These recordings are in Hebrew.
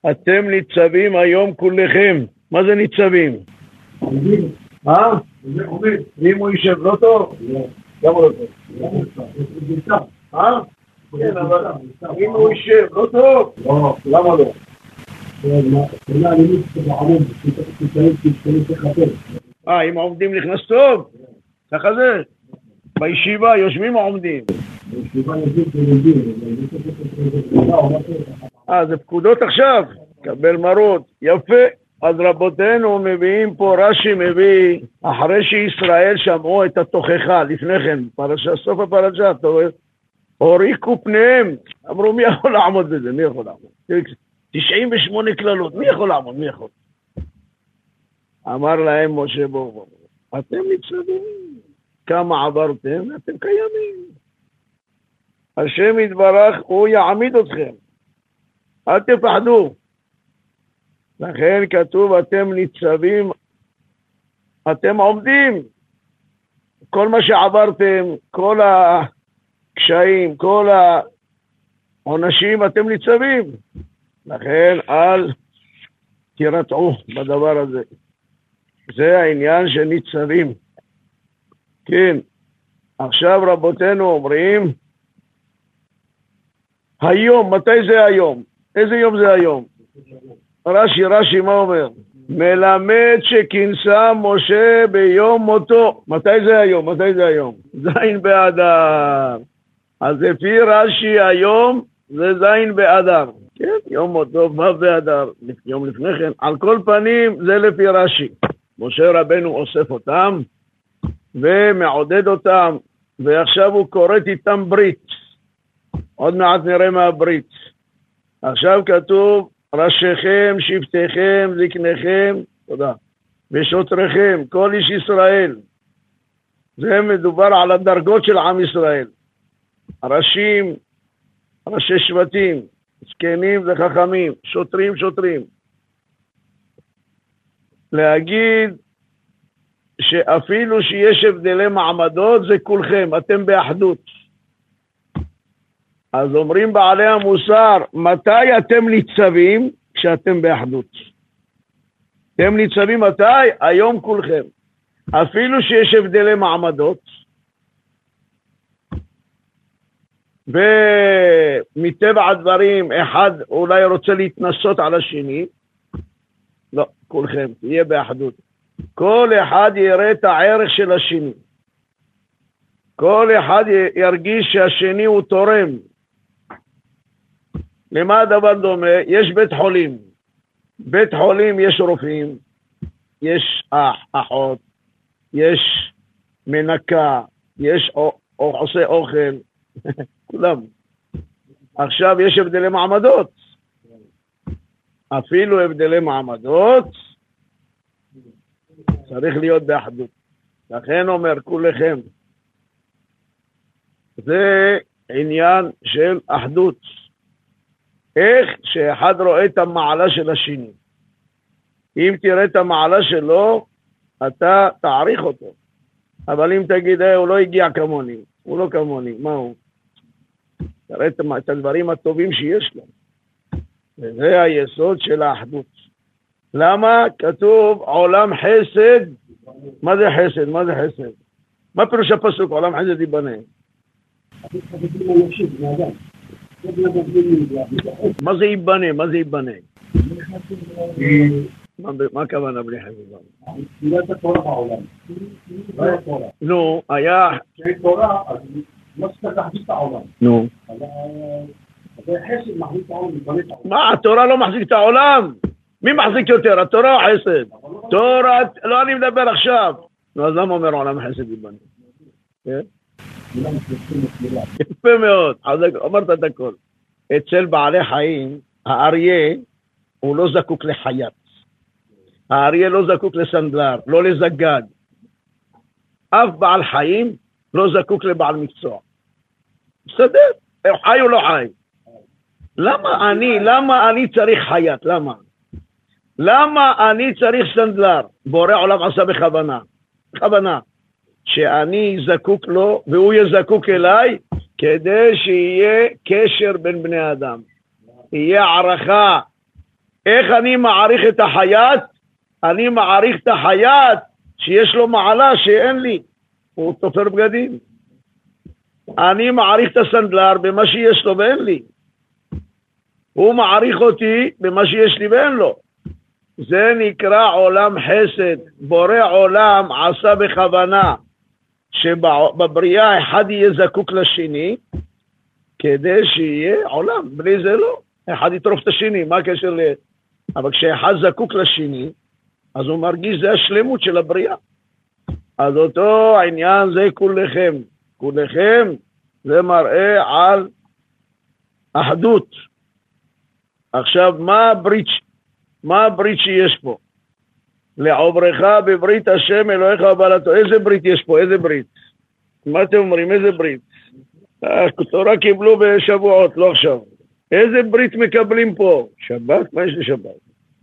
אתם ניצבים היום כולכם. מה זה ניצבים? עומדים. עומד. ואם הוא יישב לא טוב? גם הוא לא טוב. כן, אבל אם הוא יישב לא טוב? לא. למה לא? אם עומדים נכנס טוב? ככה זה? בישיבה יושבים או עומדים? זה פקודות עכשיו? קבל מרות, יפה. אז רבותינו מביאים פה, רש"י מביא, אחרי שישראל שמעו את התוכחה לפני כן, סוף הפרשה, הוריקו פניהם, אמרו מי יכול לעמוד בזה, מי יכול לעמוד? 98 כללות, מי יכול לעמוד, מי יכול? אמר להם משה בואו, אתם ניצבים, כמה עברתם, אתם קיימים. השם יתברך, הוא יעמיד אתכם, אל תפחדו. לכן כתוב, אתם ניצבים, אתם עומדים. כל מה שעברתם, כל הקשיים, כל העונשים, אתם ניצבים. לכן אל תירתעו בדבר הזה. זה העניין של ניצבים. כן, עכשיו רבותינו אומרים, היום, מתי זה היום? איזה יום זה היום? רש"י, מה אומר? מלמד שכינסה משה ביום מותו. מתי זה היום? זין באדר. אז לפי רש"י היום זה זין באדר. כן, יום מותו, ו' באדר. יום לפני כן. על כל פנים זה לפי רש"י. משה רבנו אוסף אותם ומעודד אותם, ועכשיו הוא קוראת איתם ברית. עוד מעט נראה מה הברית. עכשיו כתוב, ראשיכם, שבטיכם, זקניכם, תודה, ושוטריכם, כל איש ישראל. זה מדובר על הדרגות של עם ישראל. ראשים, ראשי שבטים, זקנים וחכמים, שוטרים. להגיד שאפילו שיש הבדלי מעמדות, זה כולכם, אתם באחדות. אז אומרים בעלי המוסר, מתי אתם ניצבים? כשאתם באחדות. אתם ניצבים מתי? היום כולכם. אפילו שיש הבדלי מעמדות, ומטבע הדברים אחד אולי רוצה להתנסות על השני, לא, כולכם, תהיה באחדות. כל אחד יראה את הערך של השני. כל אחד ירגיש שהשני הוא תורם. למה הדבר דומה? יש בית חולים. בית חולים יש רופאים, יש אחות, יש מנקה, יש עושה אוכל, כולם. עכשיו יש הבדלי מעמדות. אפילו הבדלי מעמדות צריך להיות באחדות. לכן אומר כולכם, זה עניין של אחדות. איך שאחד רואה את המעלה של השני. אם תראה את המעלה שלו, אתה תעריך אותו. אבל אם תגיד, הוא לא הגיע כמוני, הוא לא כמוני, מה הוא? תראה את הדברים הטובים שיש לו. וזה היסוד של האחדות. למה? כתוב עולם חסד. מה זה חסד? מה פירוש הפסוק? עולם חסד ייבנה. מה זה ייבנה? מה הכוונה בלי חסד? תפילת התורה בעולם. נו, היה... כשהיא תורה, אז לא צריך להחזיק את העולם. נו. זה חסד מחזיק את העולם. מה? התורה לא מחזיק את העולם? מי מחזיק יותר? התורה או חסד? תורה... לא, אני מדבר עכשיו. נו, אז למה אומר עולם חסד ייבנה? כן? יפה מאוד, אמרת את הכל. אצל בעלי חיים, האריה הוא לא זקוק לחייט. האריה לא זקוק לסנדלר, לא לזגג. אף בעל חיים לא זקוק לבעל מקצוע. בסדר? חי או לא חי? למה אני צריך חייט? למה אני צריך סנדלר? בורא עולם עשה בכוונה. שאני זקוק לו והוא יהיה זקוק אליי, כדי שיהיה קשר בין בני אדם. יהיה הערכה איך אני מעריך את החייט? אני מעריך את החייט שיש לו מעלה שאין לי, הוא תופר בגדים. אני מעריך את הסנדלר במה שיש לו ואין לי. הוא מעריך אותי במה שיש לי ואין לו. זה נקרא עולם חסד. בורא עולם עשה בכוונה שבבריאה אחד יהיה זקוק לשני, כדי שיהיה עולם. בלי זה לא. אחד יטרוף את השני, מה הקשר ל... אבל כשאחד זקוק לשני, אז הוא מרגיש זה השלמות של הבריאה. אז אותו העניין זה כולכם. כולכם זה מראה על אחדות. עכשיו, מה הברית שיש פה? לעוברך בברית השם אלוהיך ובעלתו. איזה ברית יש פה? איזה ברית? מה אתם אומרים? איזה ברית? תורה קיבלו בשבועות, לא עכשיו. איזה ברית מקבלים פה? שבת? מה יש לשבת?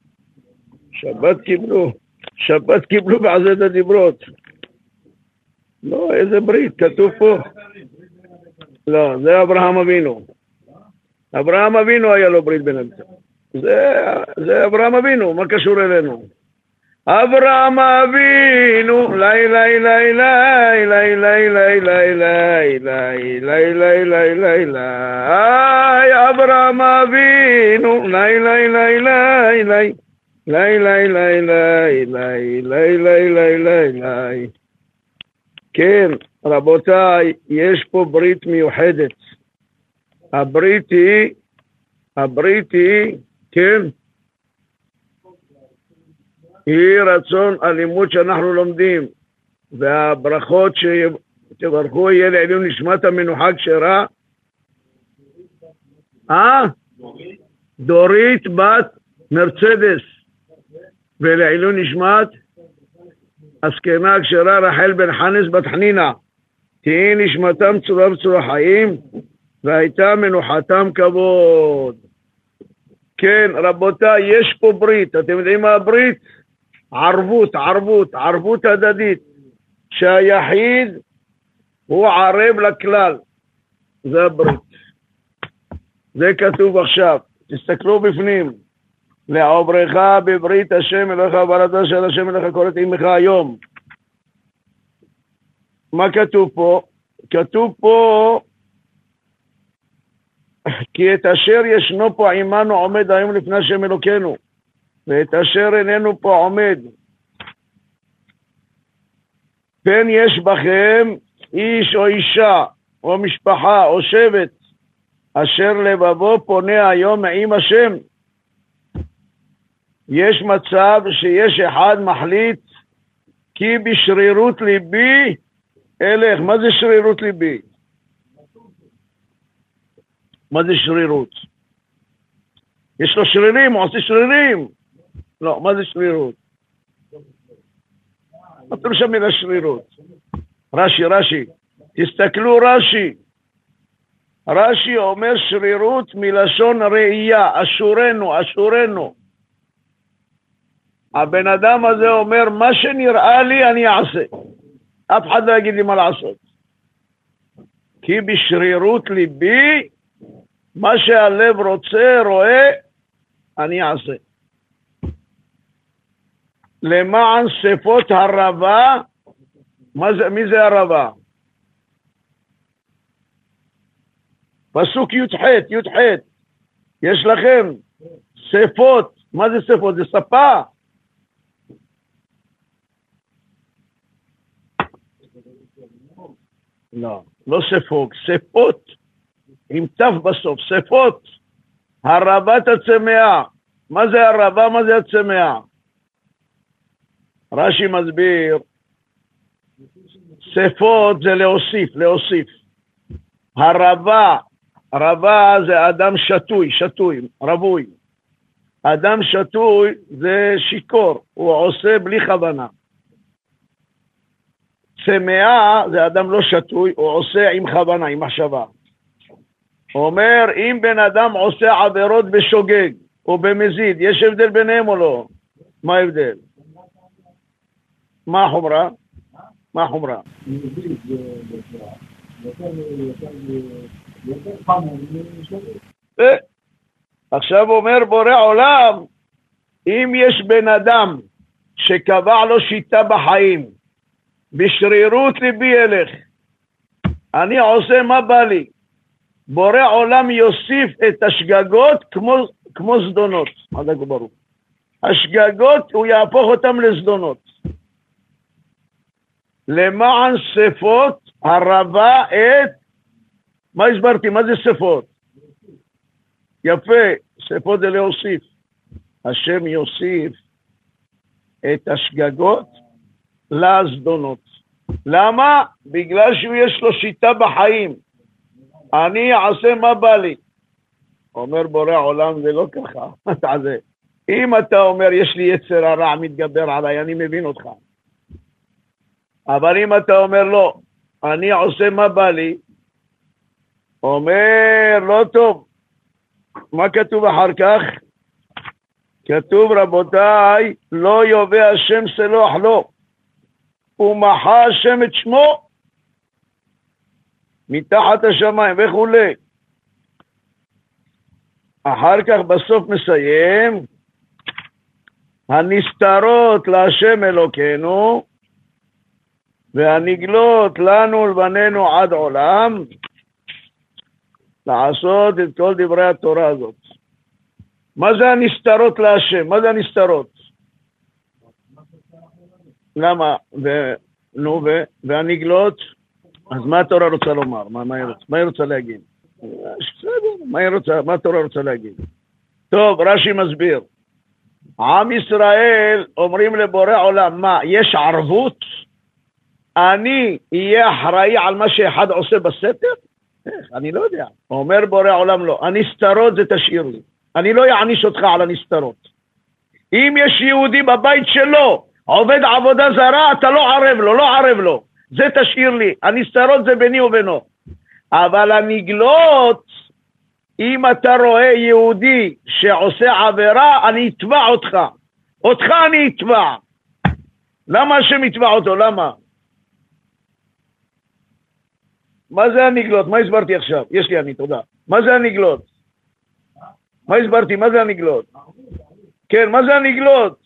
שבת קיבלו בעזרת הדיברות. לא, איזה ברית? כתוב פה. לא, זה אברהם אבינו. אברהם אבינו היה לו ברית בין אמצע. זה אברהם אבינו, מה קשור אלינו? אברהם אבינו, לי לי לי לי לי לי לי לי לי לי לי לי לי לי לי אברהם אבינו, לי לי לי לי לי לי לי לי לי לי לי לי לי לי. כן, רבותיי, יש פה ברית מיוחדת. הברית היא, כן, היא רצון הלימוד שאנחנו לומדים, והברכות שתברכו יהיה לעילוי נשמת המנוחה כשרה. דורית בת מרצדס, ולעילוי נשמת הזקנה כשרה רחל בן חנס בת חנינה, תהי נשמתם צרורה בצרור חיים, והייתה מנוחתם כבוד. כן, רבותיי, יש פה ברית. אתם יודעים מה הברית? ערבות הדדית. שהיחיד הוא ערב לכלל. זה הברית. זה כתוב עכשיו. תסתכלו בפנים. לעוברך בברית השם אלוהיך ובעלתו של השם אלוהיך קוראת עמך היום. מה כתוב פה? כתוב פה כי את אשר ישנו פה עמנו עומד היום לפני השם אלוקינו, ואת אשר איננו פה עומד. פן יש בכם איש או אישה או משפחה או שבט אשר לבבו פונה היום עם השם. יש מצב שיש אחד מחליט כי בשרירות ליבי אלך. מה זה שרירות ליבי? מה זה שרירות? יש לו שרירים, הוא עושה שרירים. לא, מה זה שרירות? מה פירוש המילה שרירות? רש"י, תסתכלו רש"י אומר שרירות מלשון ראייה, אשורנו. הבן אדם הזה אומר, מה שנראה לי אני אעשה. אף אחד לא יגיד לי מה לעשות. כי בשרירות ליבי, מה שהלב רוצה, רואה, אני אעשה. למען שפות הרבה, מי זה הרבה? פסוק י"ח, יש לכם שפות. מה זה שפות? זה שפה. לא שפות, שפות. עם תף בסוף, שפות. הרבת הצמאה. מה זה הרבה? מה זה הצמאה? רש"י מסביר, שפות זה להוסיף. הרבה זה אדם שתוי, רבוי. אדם שתוי זה שיקור, הוא עושה בלי כוונה. צמאה זה אדם לא שתוי, הוא עושה עם כוונה, עם מחשבה. הוא אומר, אם בן אדם עושה עבירות בשוגג או במזיד, יש הבדל ביניהם או לא? מה ההבדל? מה החומרה? עכשיו אומר בורא עולם, אם יש בן אדם שקבע לו שיטה בחיים, בשרירות ליבי אלך, אני עושה מה בא לי, בורא עולם יוסיף את השגגות כמו זדונות. חזק וברוך. השגגות הוא יהפוך אותם לזדונות. למען שפות הרבה את... מה הסברתי? מה זה שפות? יפה, שפות זה להוסיף. השם יוסיף את השגגות לזדונות. למה? בגלל שהוא יש לו שיטה בחיים. אני אעשה מה בא לי. אומר בורא עולם, זה לא ככה. תעזה. אם אתה אומר, יש לי יצר הרע מתגבר עליי, אני מבין אותך. אבל אם אתה אומר, לא, אני עושה מה בא לי, אומר, לא טוב. מה כתוב אחר כך? כתוב, רבותיי, לא יובא השם סלוח לו, ומחה השם את שמו מתחת השמיים וכו'. אחר כך בסוף מסיים, הנסתרות להשם אלוקינו, והנגלות לנו ולבנינו עד עולם, לעשות את כל דברי התורה הזאת. מה זה הנסתרות להשם? מה זה הנסתרות? למה? והנגלות? אז מה התורה רוצה לומר? מה היא רוצה להגיד? מה התורה רוצה להגיד? טוב, רש"י מסביר. עם ישראל אומרים לבורא עולם, מה? יש ערבות? אני אהיה אחראי על מה שאחד עושה בסתר? איך? אני לא יודע. אומר בורא עולם לא. הנסתרות זה תשאיר לי. אני לא יעניש אותך על הנסתרות. אם יש יהודי בבית שלו, עובד עבודה זרה, אתה לא ערב לו, לא ערב לו. זה תשאיר לי. הנסתרות זה ביני ובינו. אבל הנגלות, אם אתה רואה יהודי שעושה עבירה, אני אתבע אותך. אותך אני אתבע. למה השם יתבע אותו? למה? מה זה הנגלות? מה הסברתי עכשיו? יש לי אני, תודה. מה זה הנגלות? מה הסברתי? מה זה הנגלות? כן, מה זה הנגלות?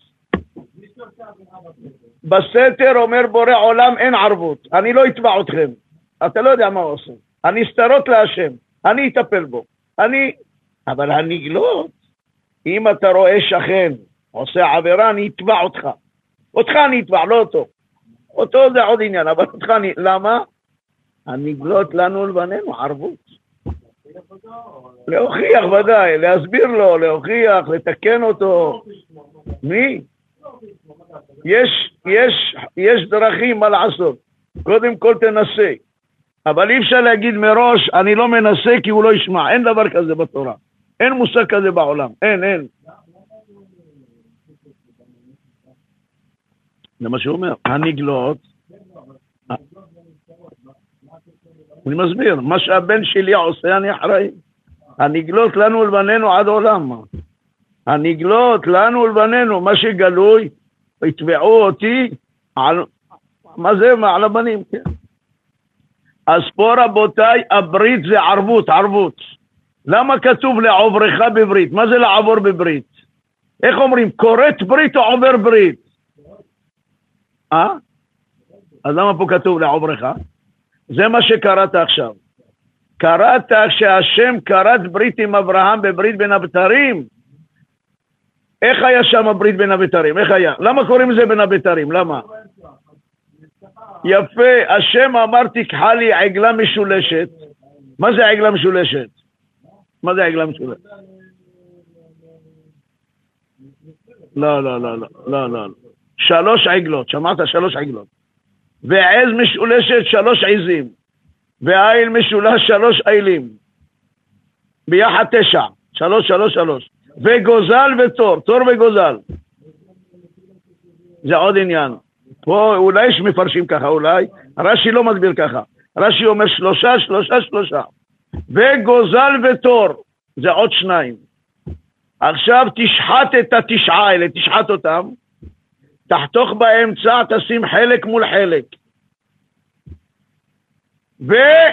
בסתר אומר בורא עולם אין ערבות. אני לא אתבע אתכם. אתה לא יודע מה הוא עושה. הנסתרות להשם. אני אטפל בו. אבל הנגלות, אם אתה רואה שכן עושה עבירה, אני אתבע אותך. אותך אני אתבע, לא אותו. אותו זה עוד עניין, אבל אותך אני... למה? הנגלות לנו לבנינו ערבות. להוכיח ודאי, להסביר לו, להוכיח, לתקן אותו. מי? יש דרכים מה לעשות. קודם כל תנסה. אבל אי אפשר להגיד מראש, אני לא מנסה כי הוא לא ישמע. אין דבר כזה בתורה. אין מושג כזה בעולם. אין. זה מה שהוא אומר. הנגלות, אני מסביר, מה שהבן שלי עושה אני אחראי. הנגלות לנו ולבנינו עד עולם. הנגלות לנו ולבנינו, מה שגלוי, יתבעו אותי על... מה זה? על הבנים, כן. אז פה רבותיי, הברית זה ערבות. למה כתוב לעוברך בברית? מה זה לעבור בברית? איך אומרים? כורת ברית או עובר ברית? אז למה פה כתוב לעוברך? זה מה שקראת עכשיו. קראת שהשם קראת ברית עם אברהם בברית בין הבתרים. איך היה שם הברית בין הבתרים? איך היה? למה קוראים לזה בין הבתרים? למה? יפה, השם אמר תקחה לי עגלה משולשת. מה זה עגלה משולשת? מה זה עגלה משולשת? לא. 3 עגלות, שמעת? 3 עגלות. ועז משולשת 3 עזים. והעיל משולש 3 עילים. ביחד 9. 3. וגוזל ותור, תור וגוזל. זה עוד עניין. פה אולי יש מפרשים ככה, אולי. רש"י לא מסביר ככה. רש"י אומר 3. וגוזל ותור, זה עוד 2. עכשיו תשחט את 9 האלה, תשחט אותם. תחתוך באמצע, תשים חלק מול חלק.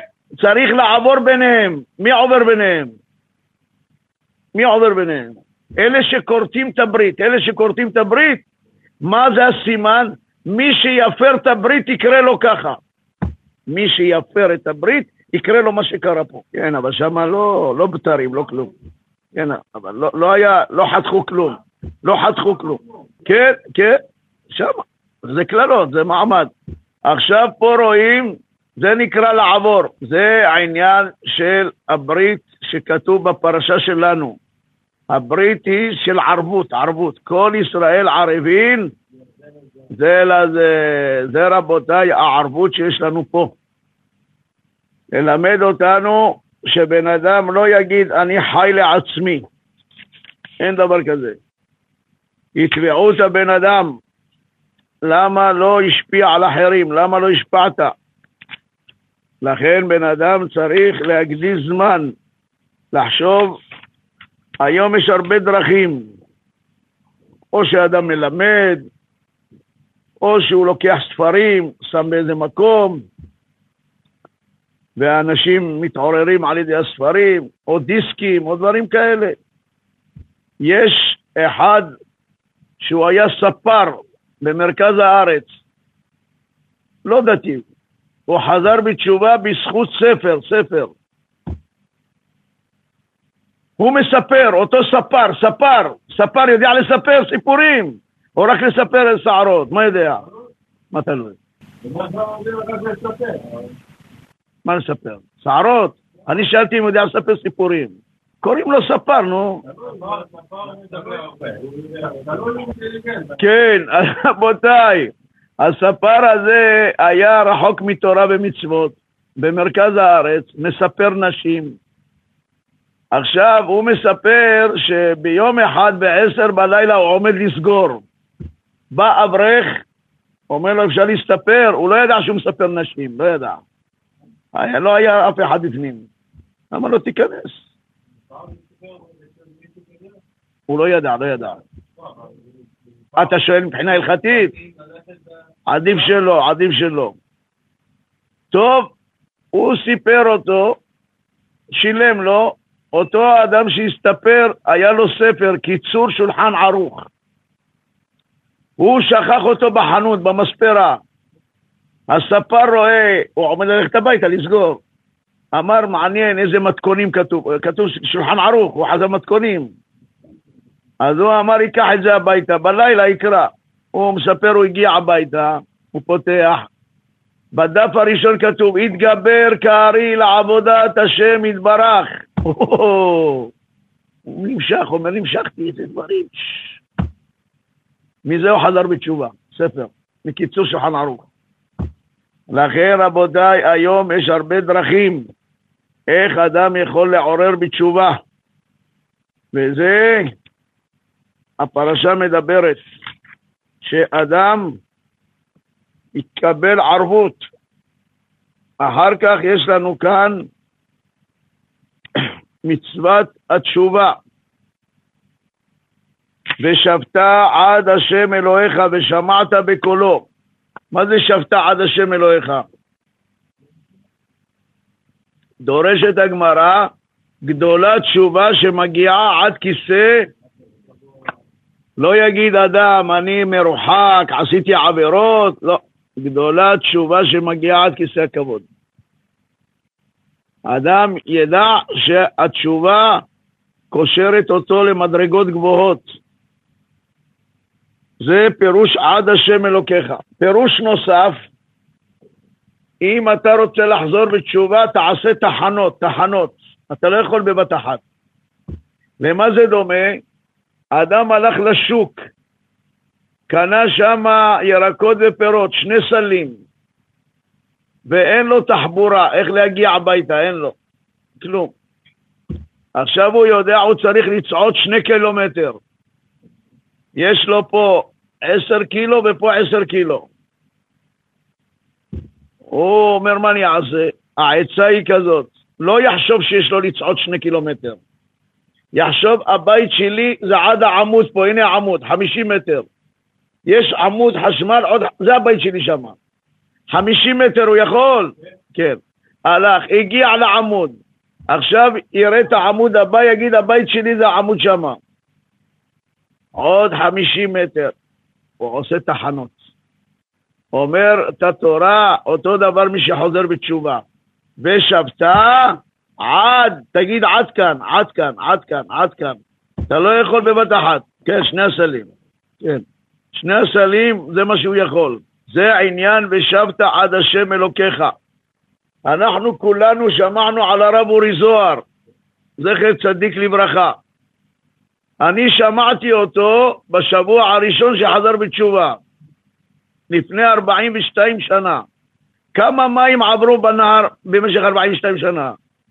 וצריך לעבור ביניהם. מי עובר ביניהם? אלה שכורתים את הברית, אלה שכורתים את הברית, מה זה הסימן? מי שיפר את הברית יקרה לו ככה. מי שיפר את הברית יקרה לו מה שקרה פה. כן, אבל שם לא בתרים, לא כלום. כן, אבל לא היה, לא חתכו כלום. לא חתכו כלום. כן, כן, שם. זה כללות, זה מעמד. עכשיו פה רואים, זה נקרא לעבור. זה העניין של הברית שכתוב בפרשה שלנו. הברית היא של ערבות, ערבות. כל ישראל ערבים, זה רבותיי הערבות שיש לנו פה. ללמד אותנו שבן אדם לא יגיד אני חי לעצמי. אין דבר כזה. יתבעו את הבן אדם. למה לא השפיע על אחרים? למה לא השפעת? לכן בן אדם צריך להקדיש זמן לחשוב. היום יש הרבה דרכים. או שאדם מלמד, או שהוא לוקח ספרים, שם באיזה מקום, והאנשים מתעוררים על ידי הספרים, או דיסקים, או דברים כאלה. יש אחד שהוא היה ספר במרכז הארץ, לא דתי, הוא חזר בתשובה בזכות ספר. הוא מספר, אותו ספר יודע לספר סיפורים, או רק לספר שערות, מה יודע? מה תלוי? מה לספר? שערות? אני שאלתי אם הוא יודע לספר סיפורים. קוראים לו ספר, נו. כן, רבותיי, הספר הזה היה רחוק מתורה ומצוות, במרכז הארץ, מספר נשים. עכשיו הוא מספר שביום אחד ב10 בלילה הוא עומד לסגור. בא אברך, אומר לו אפשר להסתפר, הוא לא ידע שהוא מספר נשים, לא ידע. לא היה אף אחד בפנים. אמר לו תיכנס. הוא לא ידע. אתה שואל מבחינה הלכתית? עדיף שלא. טוב, הוא סיפר אותו, שילם לו, אותו האדם שהסתפר, היה לו ספר, קיצור שולחן ערוך. הוא שכח אותו בחנות, במספרה. הספר רואה, הוא עומד ללכת הביתה, לסגור. אמר, מעניין, איזה מתכונים כתוב שולחן ערוך, הוא חזר מתכונים. אז הוא אמר, ייקח את זה הביתה, בלילה יקרא. הוא מספר, הוא הגיע הביתה, הוא פותח. בדף הראשון כתוב, התגבר כארי לעבודת השם יתברך. הוא נמשך, אומר, נמשכתי את הדברים. מזה הוא חזר בתשובה, ספר, מקיצור שולחן ערוך. לכן רבותיי, היום יש הרבה דרכים איך אדם יכול לעורר בתשובה. וזה, הפרשה מדברת, שאדם יקבל ערבות. אחר כך יש לנו כאן מצוות התשובה. ושבת עד השם אלוהיך ושמעת בקולו. מה זה שבת עד השם אלוהיך? דורשת הגמרא, גדולה תשובה שמגיעה עד כיסא. לא יגיד אדם אני מרוחק, עשיתי עבירות, לא. גדולה תשובה שמגיעה עד כיסא הכבוד. אדם ידע שהתשובה קושרת אותו למדרגות גבוהות. זה פירוש עד השם אלוקיך. פירוש נוסף, אם אתה רוצה לחזור בתשובה, תעשה תחנות. אתה לא יכול בבת אחת. למה זה דומה? אדם הלך לשוק, קנה שם ירקות ופירות, 2 סלים, ואין לו תחבורה, איך להגיע הביתה, אין לו, כלום. עכשיו הוא יודע, הוא צריך לצעוד 2 קילומטר. יש לו פה 10 קילו ופה 10 קילו. הוא אומר, מה אני אעשה? העצה היא כזאת, לא יחשוב שיש לו לצעוד 2 קילומטר. יחשוב, הבית שלי זה עד העמוד פה, הנה העמוד, 50 מטר. יש עמוד חשמל, זה הבית שלי שם. 50 מטר הוא יכול? כן. הלך, הגיע לעמוד. עכשיו יראה את העמוד הבא, יגיד, הבית שלי זה העמוד שם. עוד 50 מטר, הוא עושה תחנות. אומר את התורה, אותו דבר מי שחוזר בתשובה. ושבתה עד, תגיד עד כאן, עד כאן, עד כאן, עד כאן. אתה לא יכול בבת אחת. כן, 2 סלים. כן. 2 סלים זה מה שהוא יכול. זה העניין ושבת עד השם אלוקיך. אנחנו כולנו שמענו על הרב אורי זוהר, זכר צדיק לברכה. אני שמעתי אותו בשבוע הראשון שחזר בתשובה, לפני 42 שנה. כמה מים עברו בנהר במשך 42 שנה?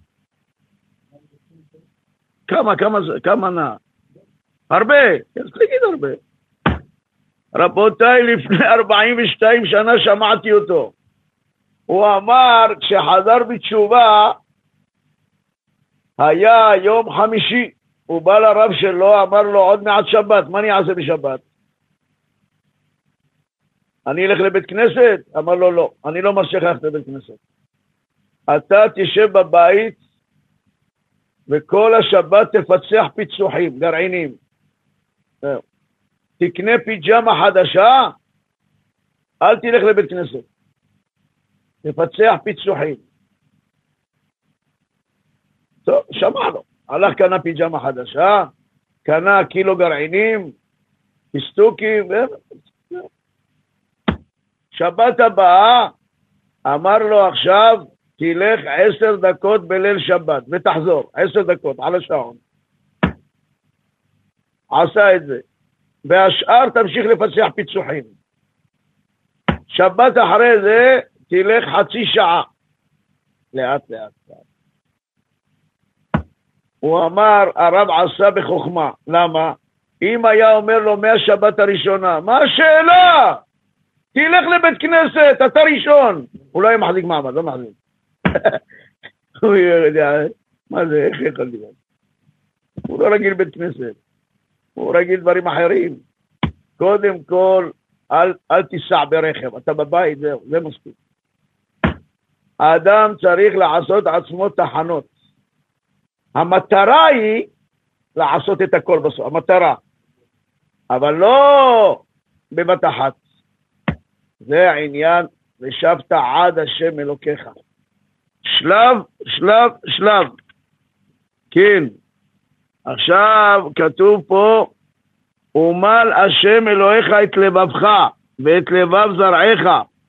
כמה נהר? הרבה, תגיד הרבה. רבותיי, לפני 42 שנה שמעתי אותו. הוא אמר, כשחזר בתשובה, היה יום חמישי, הוא בא לרב שלו, אמר לו, עוד מעט שבת, מה אני אעשה בשבת? אני אלך לבית כנסת? אמר לו, לא, אני לא מרשה לך לבית כנסת. אתה תשב בבית, וכל השבת תפצח פיצוחים, גרעינים. תקנה פיג'מה חדשה, אל תלך לבית כנסת. תפצח פיצוחים. טוב, שמע לו. הלך קנה פיג'מה חדשה, קנה קילו גרעינים, פיסטוקים, שבת הבאה, אמר לו עכשיו, תלך 10 דקות בליל שבת, ותחזור, 10 דקות, על השעון. עשה את זה. והשאר תמשיך לפצח פיצוחים. שבת אחרי זה, תלך חצי שעה. לאט לאט. הוא אמר, הרב עשה בחוכמה. למה? אם היה אומר לו מהשבת הראשונה, מה השאלה? תלך לבית כנסת, אתה ראשון. הוא לא היה מחזיק מעמד, לא מחזיק. הוא יודע, מה זה, איך יכול להיות? הוא לא רגיל בית כנסת. הוא רגיל דברים אחרים. קודם כל, אל תיסע ברכב, אתה בבית, זהו, זה מספיק. האדם צריך לעשות עצמו תחנות. המטרה היא לעשות את הכל בסוף, המטרה. אבל לא בבת אחת. זה העניין, ושבת עד השם אלוקיך. שלב, שלב, שלב. כן. עכשיו כתוב פה, ומל השם אלוהיך את לבבך, ואת לבב זרעיך.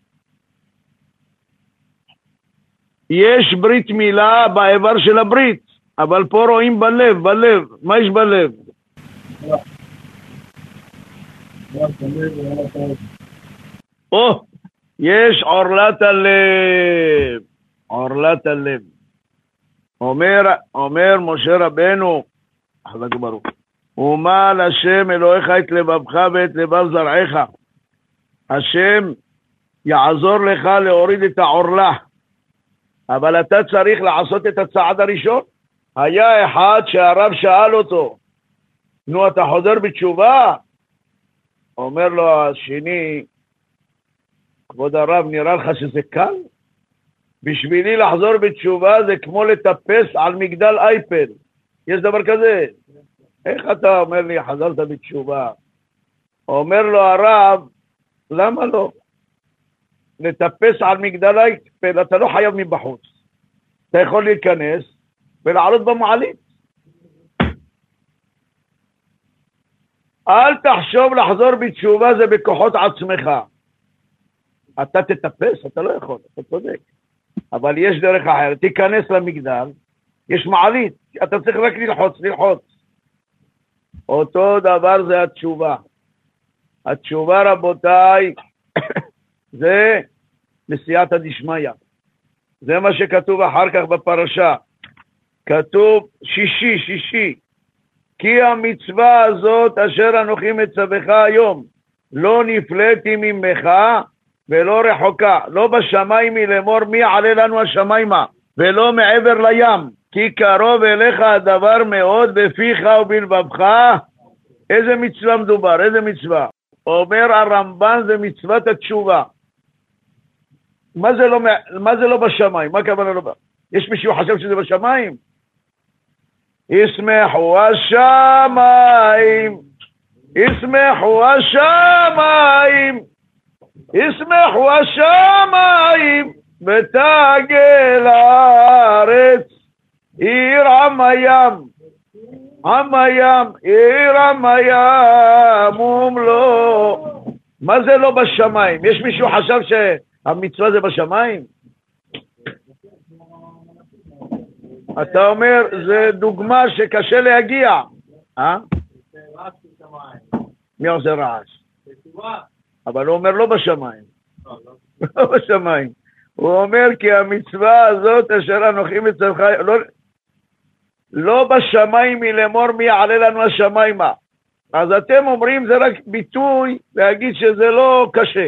יש ברית מילה באיבר של הברית, אבל פה רואים בלב, בלב. מה יש בלב? יש עורלת הלב. עורלת הלב. אומר משה רבנו, חזק וברוך, ומל השם אלוהיך את לבבך ואת לבב זרעיך. השם יעזור לך להוריד את העורלה, אבל אתה צריך לעשות את הצעד הראשון. היה אחד שהרב שאל אותו, נו אתה חוזר בתשובה? אומר לו השני, כבוד הרב, נראה לך שזה קל? בשבילי לחזור בתשובה זה כמו לטפס על מגדל אייפל. יש דבר כזה? איך אתה אומר לי חזרת בתשובה? אומר לו הרב, למה לא? לטפס על מגדל אייפל, אתה לא חייב מבחוץ. אתה יכול להיכנס ולעלות במעלית. אל תחשוב לחזור בתשובה, זה בכוחות עצמך. אתה תטפס, אתה לא יכול, אתה צודק. אבל יש דרך אחרת, תיכנס למגדל, יש מעלית, אתה צריך רק ללחוץ. אותו דבר זה התשובה. התשובה רבותיי, זה בסייעתא דשמיא. זה מה שכתוב אחר כך בפרשה. כתוב שישי. כי המצווה הזאת אשר אנוכי מצווך היום, לא נפלאתי ממך ולא רחוקה, לא בשמיים היא לאמור מי עלה לנו השמיימה, ולא מעבר לים, כי קרוב אליך הדבר מאוד בפיך ובלבבך. איזה מצווה מדובר? איזה מצווה? אומר הרמב"ן, זה מצוות התשובה. מה זה לא בשמיים? מה הכוונה לא? יש מישהו חשב שזה בשמיים? ישמחו השמיים ישמחו השמיים, ישמחו השמיים, ותגל הארץ, עיר עם הים, עם הים, עיר עם הים ומלוא. מה זה לא בשמיים? יש מישהו חשב שהמצווה זה בשמיים? אתה אומר, זה דוגמה שקשה להגיע. מי עושה רעש? אבל הוא אומר לא בשמיים. לא בשמיים. הוא אומר כי המצווה הזאת אשר אנוכי מצווך, לא בשמיים מלאמור מי יעלה לנו השמיימה. אז אתם אומרים זה רק ביטוי להגיד שזה לא קשה.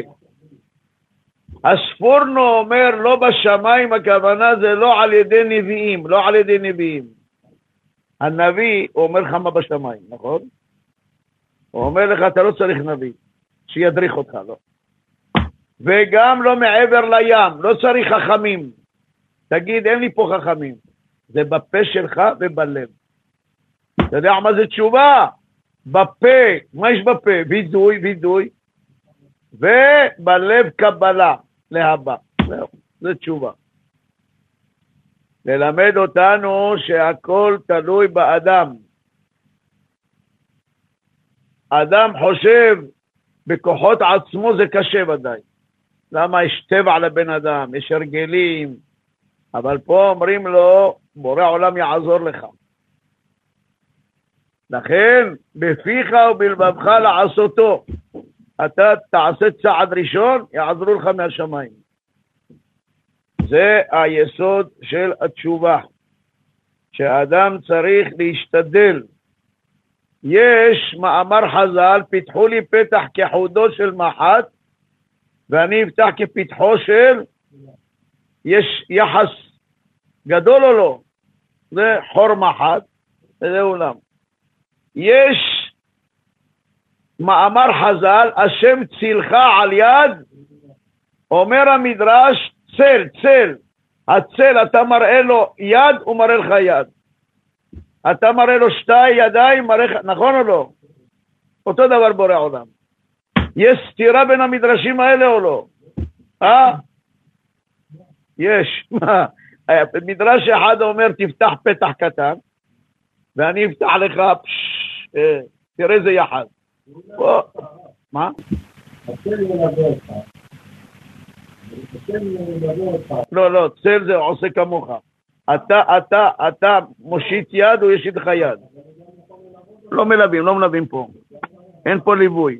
הספורנו אומר לא בשמיים, הכוונה זה לא על ידי נביאים, לא על ידי נביאים. הנביא אומר לך מה בשמיים, נכון? הוא אומר לך אתה לא צריך נביא שידריך אותך, לא. וגם לא מעבר לים, לא צריך חכמים. תגיד אין לי פה חכמים, זה בפה שלך ובלב. אתה יודע מה זה תשובה? בפה, מה יש בפה? וידוי, וידוי, ובלב קבלה להבא. זה תשובה. ללמד אותנו שהכל תלוי באדם. אדם חושב בכוחות עצמו זה קשה ודאי. למה יש טבע לבן אדם, יש הרגלים, אבל פה אומרים לו בורא עולם יעזור לך. לכן בפיך ובלבבך לעשותו. אתה תעשה צעד ראשון, יעזרו לך מהשמיים. זה היסוד של התשובה, שהאדם צריך להשתדל. יש מאמר חז"ל, פיתחו לי פתח כחודו של מחט, ואני אפתח כפתחו של, יש יחס גדול או לא? זה חור מחט, וזה עולם. יש מאמר חז"ל, השם צילך על יד, אומר המדרש, צל, צל. הצל, אתה מראה לו יד, הוא מראה לך יד. אתה מראה לו שתי ידיים, נכון או לא? אותו דבר בורא עולם. יש סתירה בין המדרשים האלה או לא? יש. מדרש אחד אומר תפתח פתח קטן, ואני אפתח לך, תראה זה יחד. מה? לא, לא, צל זה עושה כמוך. אתה מושיט יד או יש איתך יד? לא מלווים, לא מלווים פה. אין פה ליווי.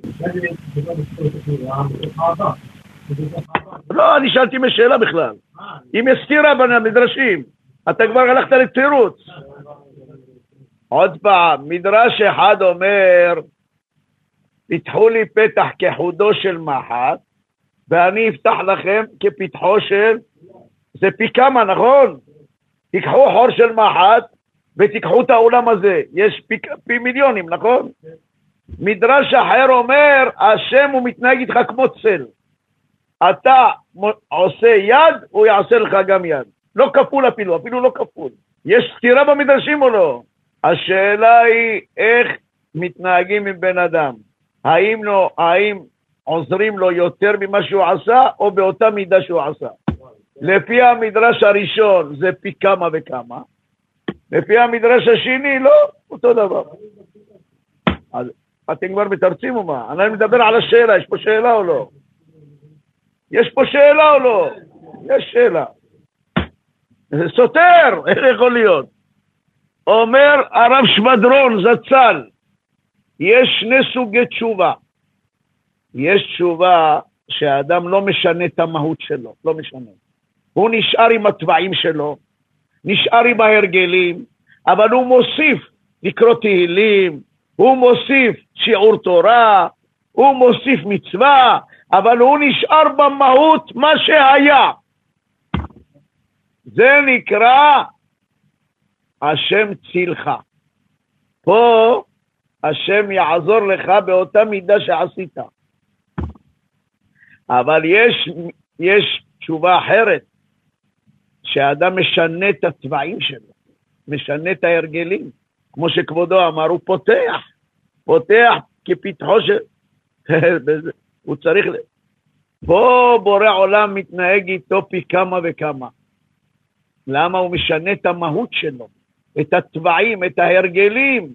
לא, אני שאלתי משאלה בכלל. אם הסתירה בין המדרשים, אתה כבר הלכת לתירוץ. עוד פעם, מדרש אחד אומר, פיתחו לי פתח כחודו של מחט, ואני אפתח לכם כפתחו של, זה פי כמה, נכון? תיקחו חור של מחט, ותיקחו את העולם הזה, יש פי מיליונים, נכון? מדרש אחר אומר, השם הוא מתנהג איתך כמו צל. אתה עושה יד, הוא יעשה לך גם יד. לא כפול אפילו לא כפול. יש סתירה במדרשים או לא? השאלה היא איך מתנהגים עם בן אדם. האם עוזרים לו יותר ממה שהוא עשה, או באותה מידה שהוא עשה? לפי המדרש הראשון זה פי כמה וכמה. לפי המדרש השני לא, אותו דבר. אז אתם כבר מתרצים או מה? אני מדבר על השאלה, יש פה שאלה או לא? יש פה שאלה או לא? יש שאלה. זה סותר, איך יכול להיות? אומר הרב שבדרון זצ"ל, יש שני סוגי תשובה. יש תשובה שהאדם לא משנה את המהות שלו, לא משנה. הוא נשאר עם הטבעים שלו, נשאר עם ההרגלים, אבל הוא מוסיף לקרוא תהילים, הוא מוסיף שיעור תורה, הוא מוסיף מצווה, אבל הוא נשאר במהות מה שהיה. זה נקרא השם צילך. פה השם יעזור לך באותה מידה שעשית. אבל יש תשובה אחרת, שהאדם משנה את הצבעים שלו, משנה את ההרגלים, כמו שכבודו אמר, הוא פותח כפתחו של... הוא צריך... פה בורא עולם מתנהג איתו פי כמה וכמה. למה? הוא משנה את המהות שלו, את הטבעים, את ההרגלים.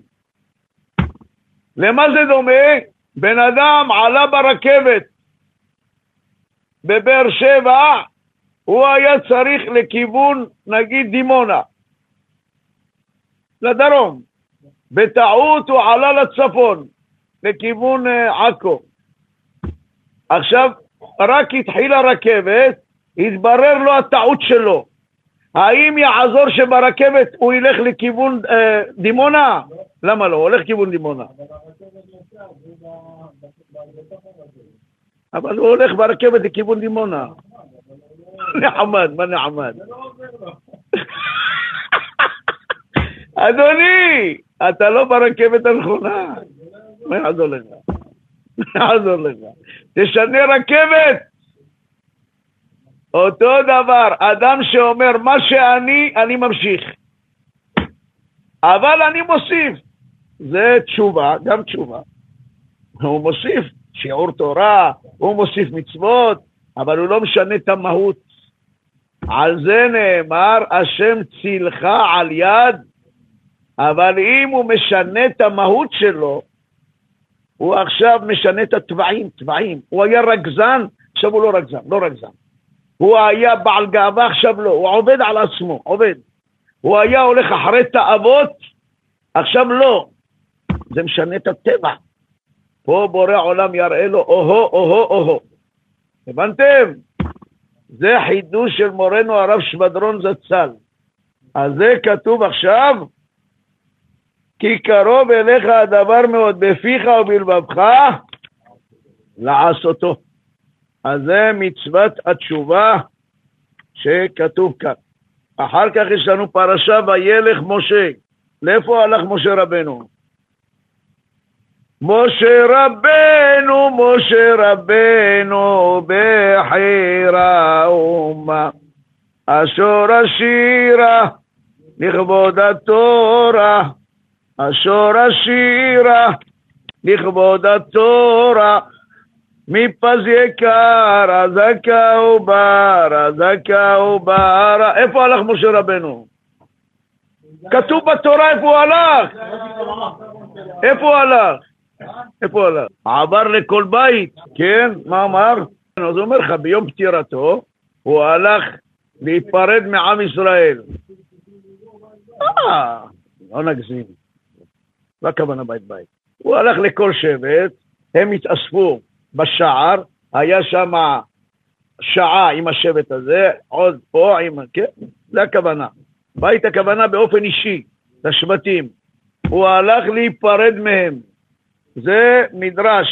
למה זה דומה? בן אדם עלה ברכבת בבאר שבע, הוא היה צריך לכיוון, נגיד, דימונה, לדרום. בטעות הוא עלה לצפון, לכיוון עכו. עכשיו, רק התחילה רכבת, התברר לו הטעות שלו. האם יעזור שברכבת הוא ילך לכיוון דימונה? למה לא? הוא הולך לכיוון דימונה. אבל הוא הולך ברכבת לכיוון דימונה. נחמד, מה נחמד? אדוני, אתה לא ברכבת הנכונה. מה יעזור לך? יעזור לך. תשנה רכבת. אותו דבר, אדם שאומר מה שאני, אני ממשיך. אבל אני מוסיף. זה תשובה, גם תשובה. הוא מוסיף שיעור תורה, הוא מוסיף מצוות, אבל הוא לא משנה את המהות. על זה נאמר, השם צילך על יד, אבל אם הוא משנה את המהות שלו, הוא עכשיו משנה את הטבעים, טבעים. הוא היה רגזן, עכשיו הוא לא רגזן, לא רגזן. הוא היה בעל גאווה, עכשיו לא. הוא עובד על עצמו, עובד. הוא היה הולך אחרי תאוות, עכשיו לא. זה משנה את הטבע. פה בורא עולם יראה לו, אוהו, אוהו, אוהו. הבנתם? זה חידוש של מורנו הרב שבדרון זצ"ל. אז זה כתוב עכשיו, כי קרוב אליך הדבר מאוד בפיך ובלבבך לעשותו. אז זה מצוות התשובה שכתוב כאן. אחר כך יש לנו פרשה וילך משה. לאיפה הלך משה רבנו? משה רבנו בחירה אומה אשור השירה לכבוד התורה, אשור השירה לכבוד התורה, מפז יקר זכה ובר. איפה הלך משה רבנו? כתוב בתורה איפה הוא הלך. איפה הוא הלך? איפה הוא הלך? עבר לכל בית. כן, מה אמר? אז הוא אומר לך, ביום פטירתו הוא הלך להיפרד מעם ישראל. לא נגזים. לא הכוונה בית בית. הוא הלך לכל שבט, הם התאספו בשער, היה שם שעה עם השבט הזה, עוד פה עם... כן? זה הכוונה. בית הכוונה באופן אישי, לשבטים. הוא הלך להיפרד מהם. זה מדרש.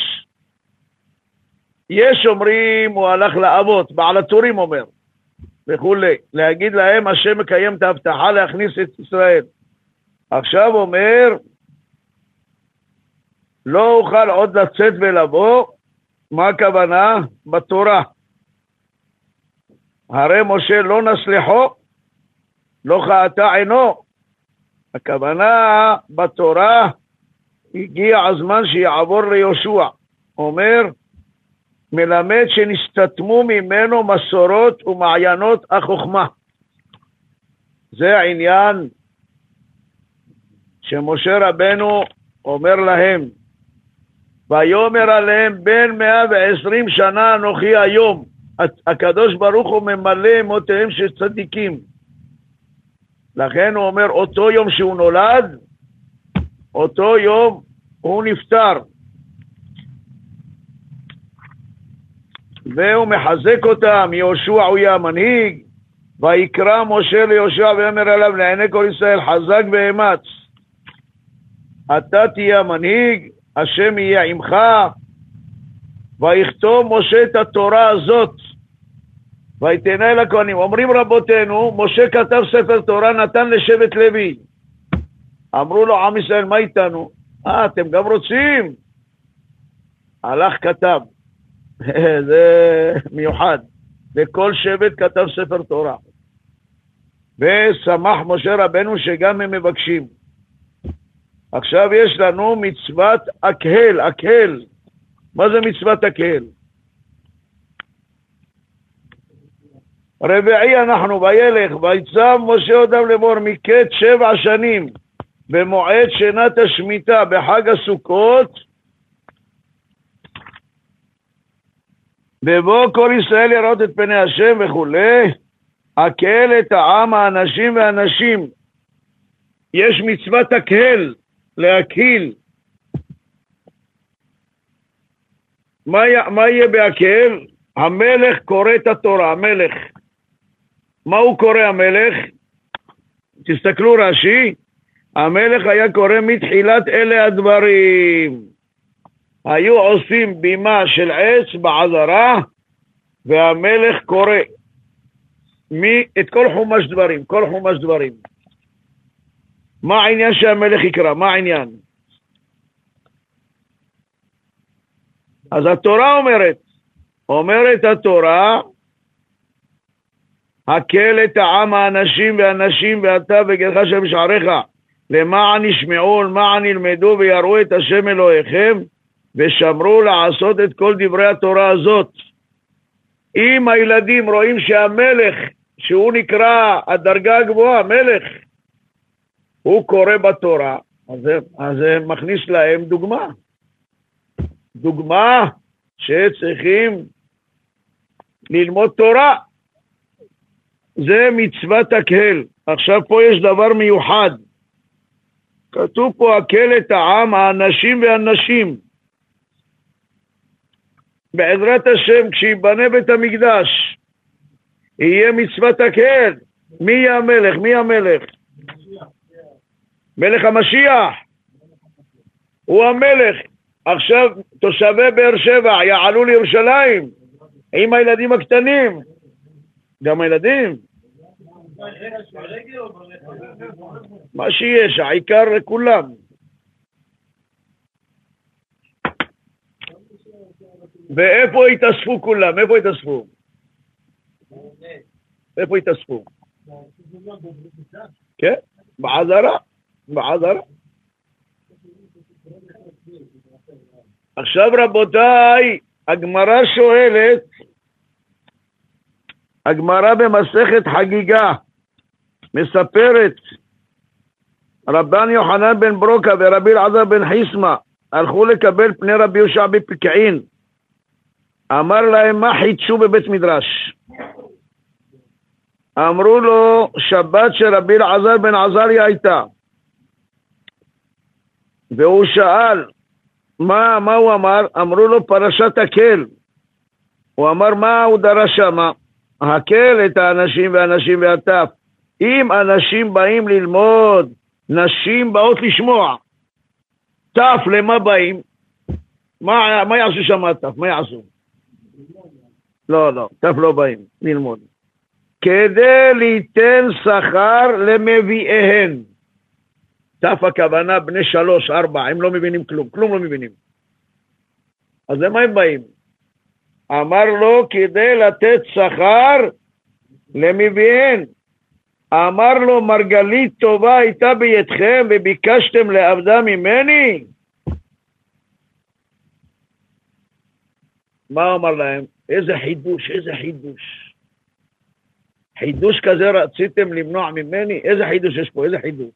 יש אומרים, הוא הלך לאבות, בעל התורים אומר, וכולי. להגיד להם, השם מקיים את ההבטחה להכניס את ישראל. עכשיו אומר, לא אוכל עוד לצאת ולבוא. מה הכוונה? בתורה. הרי משה לא נסלחו, לא חטא עינו. הכוונה בתורה, הגיע הזמן שיעבור ליהושע. אומר, מלמד שנסתתמו ממנו מסורות ומעיינות החוכמה. זה העניין שמשה רבנו אומר להם, ויאמר עליהם בין 120 שנה אנוכי היום. הקדוש ברוך הוא ממלא מותיהם של צדיקים. לכן הוא אומר, אותו יום שהוא נולד, אותו יום הוא נפטר. והוא מחזק אותם, יהושע הוא יהיה המנהיג, ויקרא משה ליהושע ואמר אליו לעיני כל ישראל, חזק ואמץ. אתה תהיה המנהיג, השם יהיה עמך, ויכתוב משה את התורה הזאת, ויתנה אל הכהנים. אומרים רבותינו, משה כתב ספר תורה, נתן לשבט לוי. אמרו לו, עם ישראל, מה איתנו? אתם גם רוצים? הלך כתב. זה מיוחד. לכל שבט כתב ספר תורה. ושמח משה רבנו שגם הם מבקשים. עכשיו יש לנו מצוות הקהל, הקהל. מה זה מצוות הקהל? רביעי אנחנו וילך, ויצב משה אותם לאמור מקץ 7 שנים, במועד שנת השמיטה, בחג הסוכות, ובו כל ישראל יראות את פני השם וכולי, הקהל את העם, האנשים והנשים. יש מצוות הקהל, להקהיל. מה יהיה בהקהל? המלך קורא את התורה, המלך. מה הוא קורא המלך? תסתכלו רש"י, המלך היה קורא מתחילת אלה הדברים. היו עושים בימה של עץ בעזרה, והמלך קורא את כל חומש דברים, כל חומש דברים. מה העניין שהמלך יקרא? מה העניין? אז התורה אומרת התורה, הקהל את העם, האנשים והנשים ואתה וגרך שם שעריך, למען ישמעו, למען ילמדו ויראו את השם אלוהיכם, ושמרו לעשות את כל דברי התורה הזאת. אם הילדים רואים שהמלך, שהוא נקרא הדרגה הגבוהה, מלך, הוא קורא בתורה, אז זה מכניס להם דוגמה. דוגמה שצריכים ללמוד תורה. זה מצוות הקהל. עכשיו פה יש דבר מיוחד. כתוב פה הקהל את העם, האנשים והנשים. בעזרת השם, כשיבנה בית המקדש, יהיה מצוות הקהל. מי יהיה המלך? מי המלך? מלך המשיח. הוא המלך. עכשיו תושבי באר שבע יעלו לירושלים עם הילדים הקטנים. גם הילדים. מה שיש, העיקר לכולם. ואיפה התאספו כולם? איפה התאספו? איפה התאספו? כן? בעזרה. בעזרה. עכשיו רבותיי, הגמרא שואלת, הגמרא במסכת חגיגה מספרת, רבן יוחנן בן ברוקה ורבי אלעזר בן חיסמא הלכו לקבל פני רבי יהושע בפקיעין. אמר להם, מה חידשו בבית מדרש? אמרו לו, שבת שרבי אלעזר בן עזריה הייתה. והוא שאל, מה הוא אמר? אמרו לו, פרשת הקהל. הוא אמר, מה הוא דרש שמה? הקהל את האנשים והנשים והטף. אם אנשים באים ללמוד, נשים באות לשמוע. טף, למה באים? מה יעשו שם הטף? מה יעשו? לא, טף לא באים ללמוד. כדי ליתן שכר למביאיהן. טף הכוונה בני 3, 4, הם לא מבינים כלום לא מבינים. אז למה הם באים? אמר לו, כדי לתת שכר למביאיהן. אמר לו, מרגלית טובה הייתה בידכם וביקשתם לעבדה ממני? מה אמר להם? איזה חידוש, איזה חידוש. חידוש כזה רציתם למנוע ממני? איזה חידוש יש פה? איזה חידוש?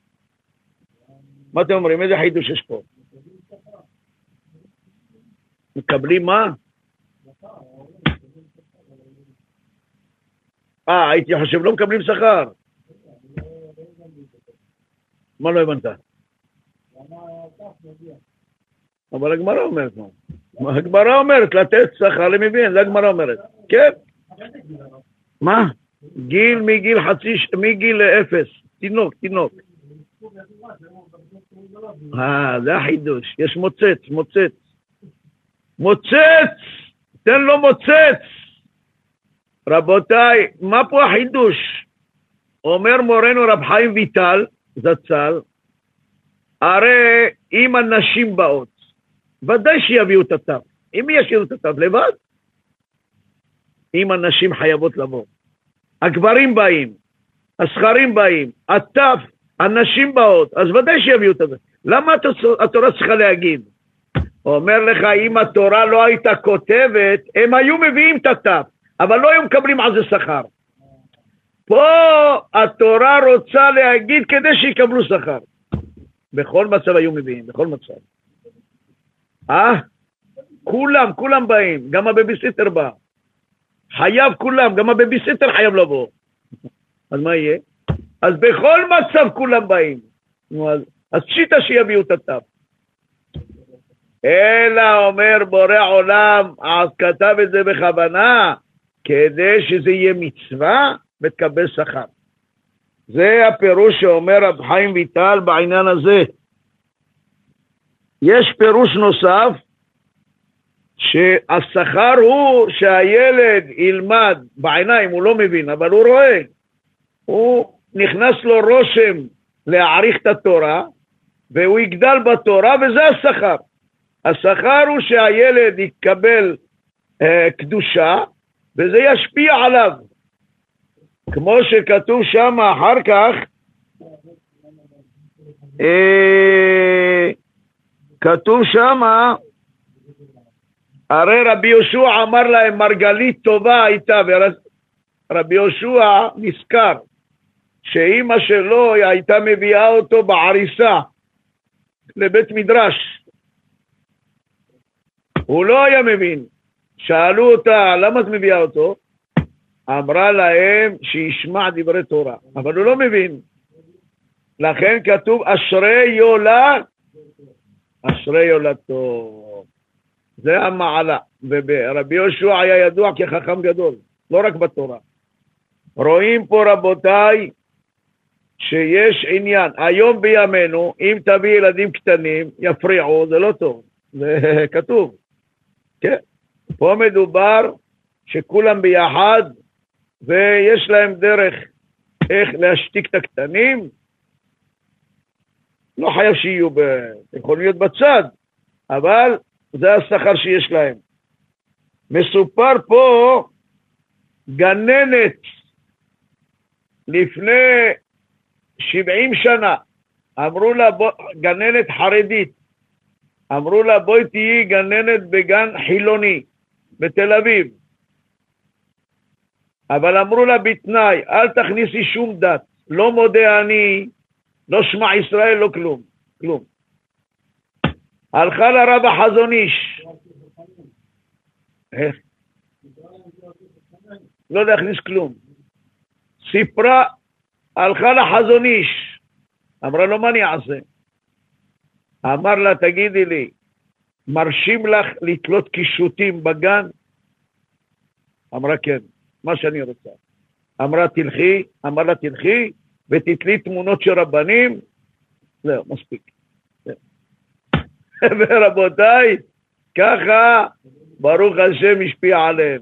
מה אתם אומרים? איזה חידוש יש פה? מקבלים מה? הייתי חושב, לא מקבלים שכר. מה לא הבנת? אבל הגמרא אומרת, הגמרא אומרת, לתת שכר למביאיהן, זה הגמרא אומרת. כן? מה? מגיל 0, תינוק. זה החידוש, יש מוצץ, תן לו מוצץ. רבותיי, מה פה החידוש? אומר מורנו רב חיים ויטל, זצ"ל, הרי אם הנשים באות, ודאי שיביאו את הטף. אם ישאירו את הטף לבד, אם הנשים חייבות לבוא. הגברים באים, השכרים באים, הטף, הנשים באות, אז ודאי שיביאו את זה. למה התורה צריכה להגיד? הוא אומר לך, אם התורה לא הייתה כותבת, הם היו מביאים את התף, אבל לא היו מקבלים על זה שכר. פה התורה רוצה להגיד כדי שיקבלו שכר. בכל מצב היו מביאים, בכל מצב. כולם באים, גם הבייביסיטר בא. חייב כולם, גם הבייביסיטר חייב לבוא. אז מה יהיה? אז בכל מצב כולם באים. אז פשיטה שיביאו את התף. אלא אומר בורא עולם, אז כתב את זה בכוונה, כדי שזה יהיה מצווה ותקבל שכר. זה הפירוש שאומר רב חיים ויטל בעניין הזה. יש פירוש נוסף, שהשכר הוא שהילד ילמד בעיניים, הוא לא מבין, אבל הוא רואה. הוא נכנס לו רושם להעריך את התורה, והוא יגדל בתורה, וזה השכר. השכר הוא שהילד יקבל קדושה, וזה ישפיע עליו. כמו שכתוב שם אחר כך, כתוב שם, הרי רבי יהושע אמר להם, מרגלית טובה הייתה, ורבי יהושע נזכר, שאמא שלו הייתה מביאה אותו בעריסה, לבית מדרש. הוא לא היה מבין. שאלו אותה, למה את מביאה אותו? אמרה להם שישמע דברי תורה, אבל הוא לא מבין. לכן כתוב, אשרי יולד, אשרי יולדתו. זה המעלה. ורבי יהושע היה ידוע כחכם גדול, לא רק בתורה. רואים פה רבותיי, שיש עניין. היום בימינו, אם תביא ילדים קטנים, יפריעו, זה לא טוב. זה כתוב. כן. פה מדובר שכולם ביחד, ויש להם דרך איך להשתיק את הקטנים. לא חייב שיהיו, יכולים להיות בצד, אבל זה השכר שיש להם. מסופר פה גננת לפני 70 שנה, אמרו לה, גננת חרדית, אמרו לה בואי תהיי גננת בגן חילוני בתל אביב, אבל אמרו לה בתנאי, אל תכניסי שום דת, לא מודה אני, לא שמע ישראל, לא כלום, כלום. הלכה לרב החזון איש, לא להכניס כלום, סיפרה, הלכה לחזון איש, אמרה לו מה אני אעשה? אמר לה תגידי לי, מרשים לך לתלות קישוטים בגן? אמרה כן, מה שאני רוצה. אמרה תלכי, אמר לה תלכי ותתלי תמונות של רבנים, זהו, מספיק. ורבותיי, ככה ברוך השם השפיע עליהם.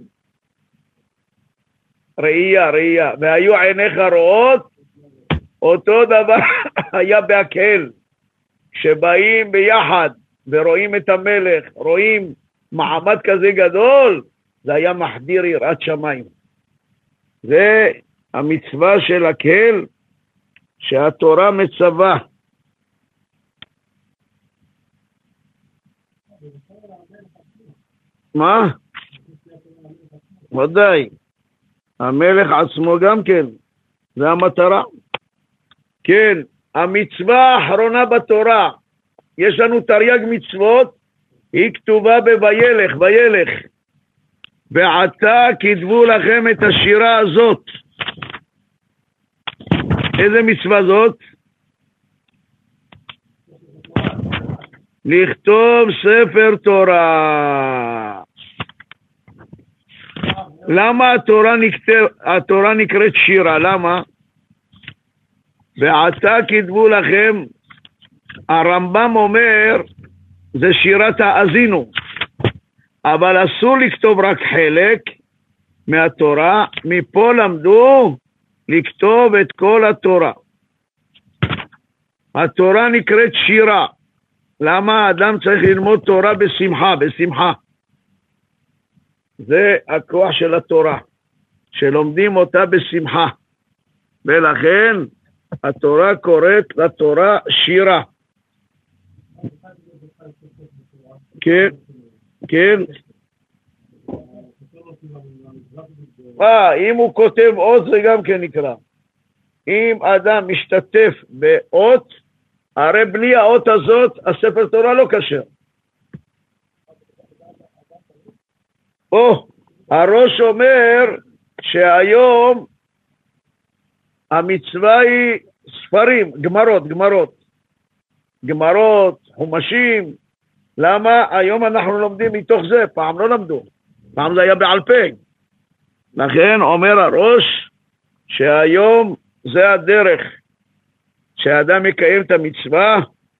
ראייה, והיו עיניך רואות, אותו דבר היה בהקהל, כשבאים ביחד ורואים את המלך, רואים מעמד כזה גדול, זה היה מחדיר יראת שמיים. זה המצווה של הקהל שהתורה מצווה. מה? ודאי. המלך עצמו גם כן, זה המטרה. כן, המצווה האחרונה בתורה, יש לנו תרי"ג מצוות, היא כתובה בוילך, וילך. ועתה כתבו לכם את השירה הזאת. איזה מצווה זאת? לכתוב ספר תורה. למה התורה נקראת שירה? למה? ועתה כתבו לכם, הרמב"ם אומר, זה שירת האזינו, אבל אסור לכתוב רק חלק מהתורה, מפה למדו לכתוב את כל התורה. התורה נקראת שירה. למה האדם צריך ללמוד תורה בשמחה, בשמחה? זה הכוח של התורה, שלומדים אותה בשמחה. ולכן התורה קוראת לתורה שירה. כן, כן. אם הוא כותב אות זה גם כן נקרא. אם אדם משתתף באות, הרי בלי האות הזאת הספר תורה לא כשר. הראש אומר שהיום המצווה היא ספרים, גמרות, חומשים. למה? היום אנחנו לומדים מתוך זה, פעם לא למדו, פעם זה היה בעל פה. לכן אומר הראש שהיום זה הדרך שהאדם יקיים את המצווה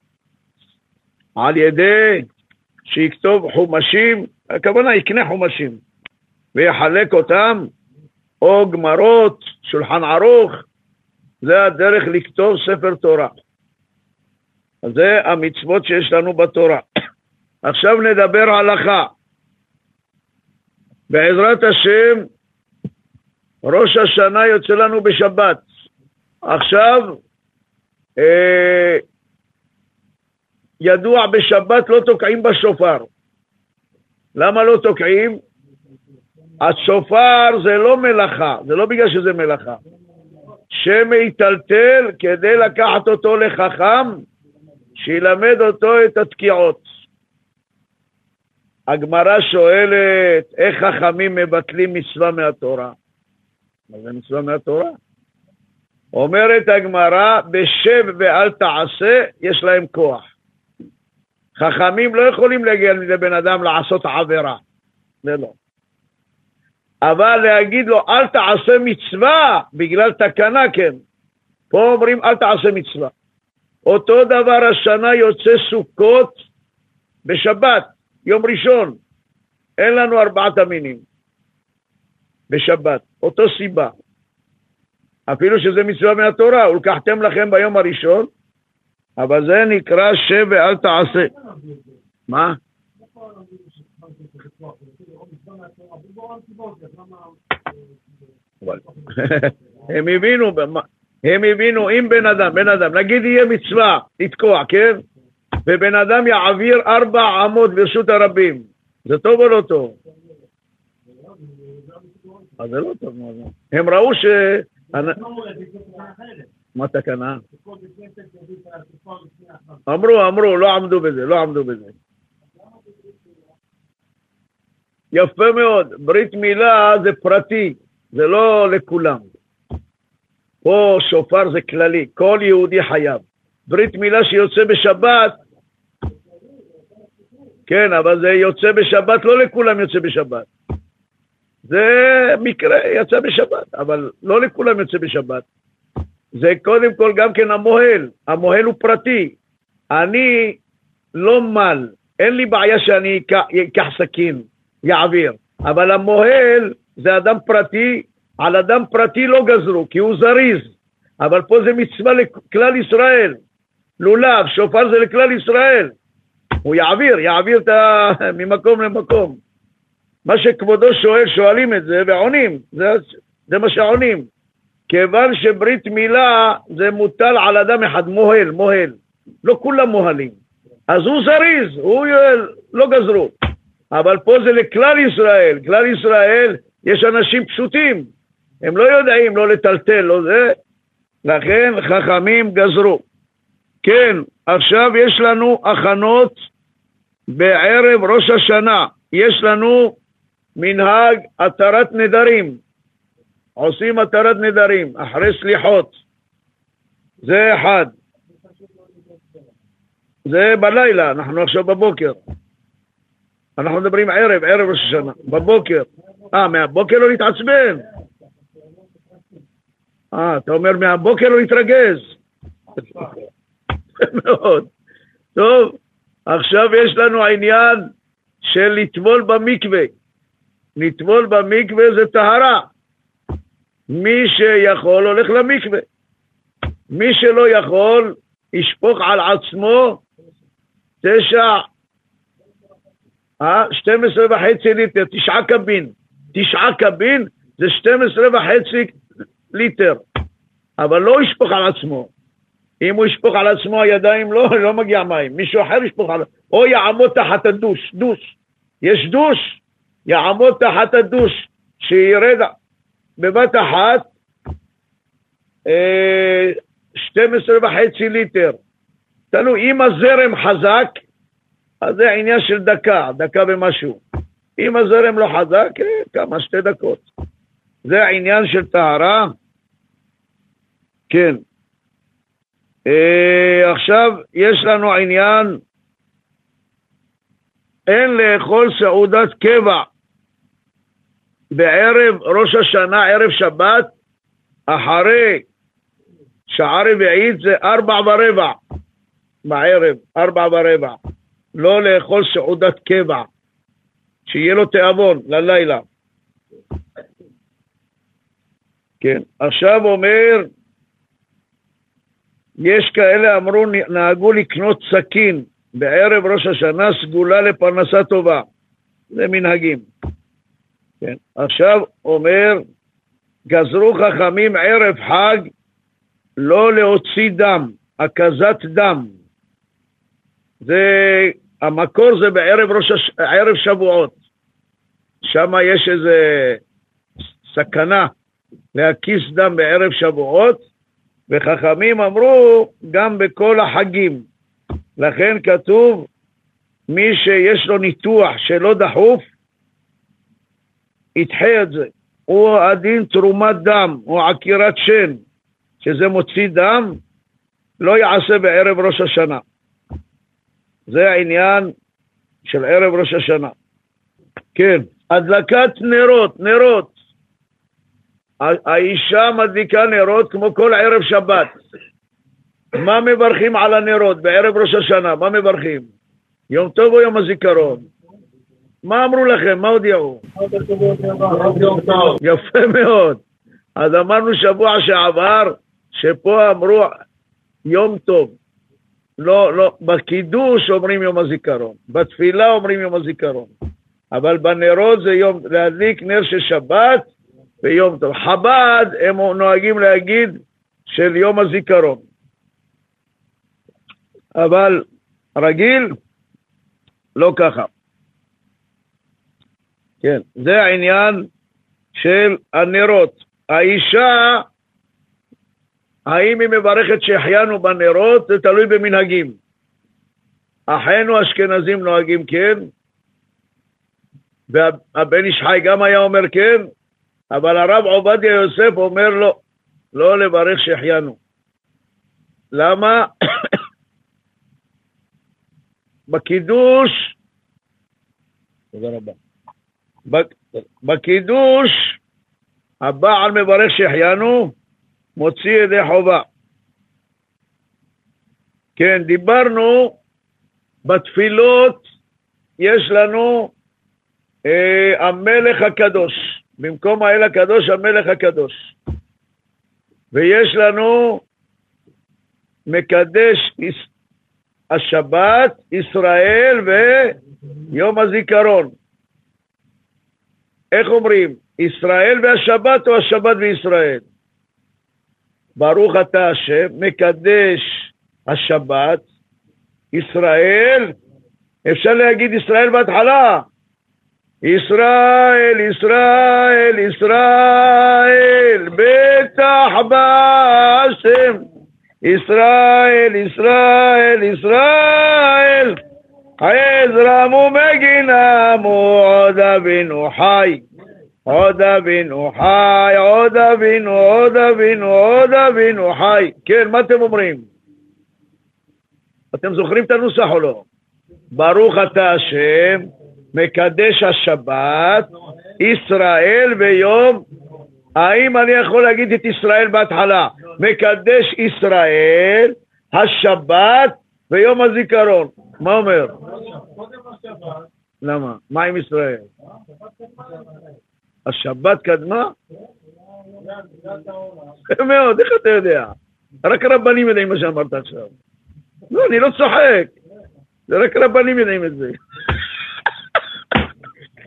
על ידי שיכתוב חומשים, הכוונה יקנה חומשים ויחלק אותם, או גמרות, שולחן ערוך. זה הדרך לכתוב ספר תורה. אז זה המצוות שיש לנו בתורה. עכשיו נדבר הלכה. בעזרת השם ראש השנה יוצא לנו בשבת. עכשיו ידוע בשבת לא תוקעים בשופר. למה לא תוקעים? השופר זה לא מלאכה, זה לא בגלל שזה מלאכה. שמייטלטל כדי לקחת אותו לחכם שילמד אותו את התקיעות. הגמרא שואלת איך חכמים מבטלים מצווה מהתורה. מה זה מצווה מהתורה? אומרת הגמרא בשב ואל תעשה, יש להם כוח. חכמים לא יכולים להגיע לבן אדם לעשות עבירה, זה לא. אבל להגיד לו אל תעשה מצווה בגלל תקנה, כן. פה אומרים אל תעשה מצווה. אותו דבר השנה יוצא סוכות בשבת, יום ראשון. אין לנו 4 המינים בשבת, אותו סיבה. אפילו שזה מצווה מהתורה, ולקחתם לכם ביום הראשון, אבל זה נקרא שב ואל תעשה. מה? הם הבינו, אם בן אדם, נגיד יהיה מצווה לתקוע, כן? ובן אדם יעביר 4 עמוד ברשות הרבים, זה טוב או לא טוב? אז זה לא טוב. הם ראו ש... מה תקנה? אמרו, לא עמדו בזה. יפה מאוד, ברית מילה זה פרטי, זה לא לכולם. פה שופר זה כללי, כל יהודי חייב. ברית מילה שיוצא בשבת, כן, אבל זה יוצא בשבת, לא לכולם יוצא בשבת. זה מקרה, יצא בשבת, אבל לא לכולם יוצא בשבת. זה קודם כל גם כן המוהל הוא פרטי. אני לא מל, אין לי בעיה שאני אקח סכין, יעביר. אבל המוהל זה אדם פרטי, על אדם פרטי לא גזרו, כי הוא זריז. אבל פה זה מצווה לכלל ישראל. לולב, שופר זה לכלל ישראל. הוא יעביר ממקום למקום. מה שכבודו שואלים את זה ועונים, זה מה שעונים. כיוון שברית מילה זה מוטל על אדם אחד, מוהל. לא כולם מוהלים. אז הוא זריז, הוא לא גזרו. אבל פה זה לכלל ישראל. כלל ישראל יש אנשים פשוטים. הם לא יודעים לא לטלטל, לא זה. לכן חכמים גזרו. כן, עכשיו יש לנו הכנות בערב ראש השנה. יש לנו מנהג התרת נדרים. עושים התרת נדרים אחרי סליחות. זה אחד. זה בלילה, אנחנו עכשיו בבוקר. אנחנו מדברים ערב ראש השנה, בבוקר. מהבוקר לא נתעצבן. אתה אומר מהבוקר לא נתרגז. מאוד. טוב, עכשיו יש לנו העניין של לטבול במקווה. לטבול במקווה זה טהרה. מי שיכול הולך למקווה. מי שלא יכול ישפוך על עצמו 12.5 ליטר, 9 קבין. 9 קבין זה 12.5 ליטר. אבל לא ישפוך על עצמו. אם הוא ישפוך על עצמו הידיים לא מגיע מים, מישהו אחר ישפוך על... או יעמוד תחת הדוש, דוש. יש דוש, יעמוד תחת הדוש, שירד בבת אחת 12.5 ליטר. תלוי, אם הזרם חזק, אז זה עניין של דקה ומשהו. אם הזרם לא חזק, כמה 2 דקות. זה העניין של טהרה. כן. עכשיו יש לנו עניין, אין לאכול סעודת קבע בערב ראש השנה, ערב שבת, אחרי שעה רביעית, זה 4:15 בערב, 4:15. לא לאכול סעודת קבע, שיהיה לו תיאבון ללילה. כן, עכשיו אומר, יש כאלה אמרו, נהגו לקנות סכין בערב ראש השנה, סגולה לפרנסה טובה. זה מנהגים. כן. עכשיו אומר, גזרו חכמים ערב חג לא להוציא דם, הקזת דם. זה, המקור זה בערב ערב שבועות. שם יש איזה סכנה להקיס דם בערב שבועות, וחכמים אמרו גם בכל החגים. לכן כתוב, מי שיש לו ניתוח שלא דחוף, ידחה את זה. הוא הדין תרומת דם, או עקירת שן, שזה מוציא דם, לא יעשה בערב ראש השנה. זה העניין של ערב ראש השנה. כן, הדלקת נרות. האישה מדליקה נרות כמו כל ערב שבת. מה מברכים על הנרות בערב ראש השנה? מה מברכים? יום טוב או יום הזיכרון? מה אמרו לכם? מה הודיעו? יפה מאוד. אז אמרנו שבוע שעבר שפה אמרו יום טוב. לא, בקידוש אומרים יום הזיכרון, בתפילה אומרים יום הזיכרון, אבל בנרות זה יום, להדליק נר של שבת ויום טוב. חב"ד הם נוהגים להגיד של יום הזיכרון, אבל רגיל לא ככה. כן, זה העניין של הנרות. האישה, האם היא מברכת שהחיינו בנרות? זה תלוי במנהגים. אחינו אשכנזים נוהגים כן, והבן איש חי גם היה אומר כן, אבל הרב עובדיה יוסף אומר לא לברך שהחיינו. למה? בקידוש, תודה רבה, בקידוש הבעל מברך שהחיינו, מוציא ידי חובה. כן, דיברנו בתפילות, יש לנו המלך הקדוש, במקום האל הקדוש המלך הקדוש, ויש לנו מקדש השבת, ישראל ויום הזיכרון. איך אומרים? ישראל והשבת או השבת וישראל? ברוך אתה השם, מקדש השבת, ישראל, אפשר להגיד ישראל בהתחלה, ישראל, ישראל, ישראל, בטח בהשם, ישראל, ישראל, ישראל, עזרם ומגינם עוד אבינו חי, עוד אבינו חי, עוד אבינו, עוד אבינו, עוד אבינו חי. כן, מה אתם אומרים? אתם זוכרים את הנוסח או לא? ברוך אתה השם, מקדש השבת, ישראל ויום. האם אני יכול להגיד את ישראל בהתחלה? מקדש ישראל, השבת ויום הזיכרון. מה אומר? למה? מה עם ישראל? השבת קדמה? מאוד, איך אתה יודע? רק רבנים יודעים מה שאמרת עכשיו. לא, אני לא צוחק. זה רק רבנים יודעים את זה.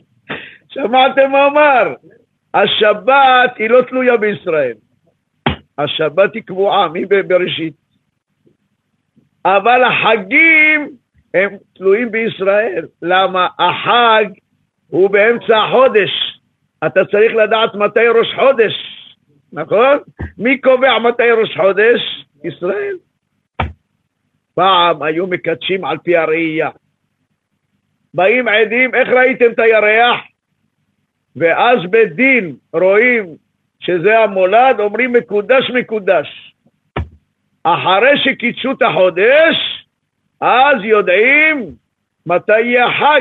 שמעתם מה אמר? השבת היא לא תלויה בישראל. השבת היא קבועה, בראשית. אבל החגים הם תלויים בישראל. למה? החג הוא באמצע החודש. אתה צריך לדעת מתי ראש חודש, נכון? מי קובע מתי ראש חודש? ישראל. פעם היו מקדשים על פי הראייה. באים עדים, איך ראיתם את הירח? ואז בדין רואים שזה המולד, אומרים מקודש מקודש. אחרי שקידשו את החודש, אז יודעים מתי יהיה החג.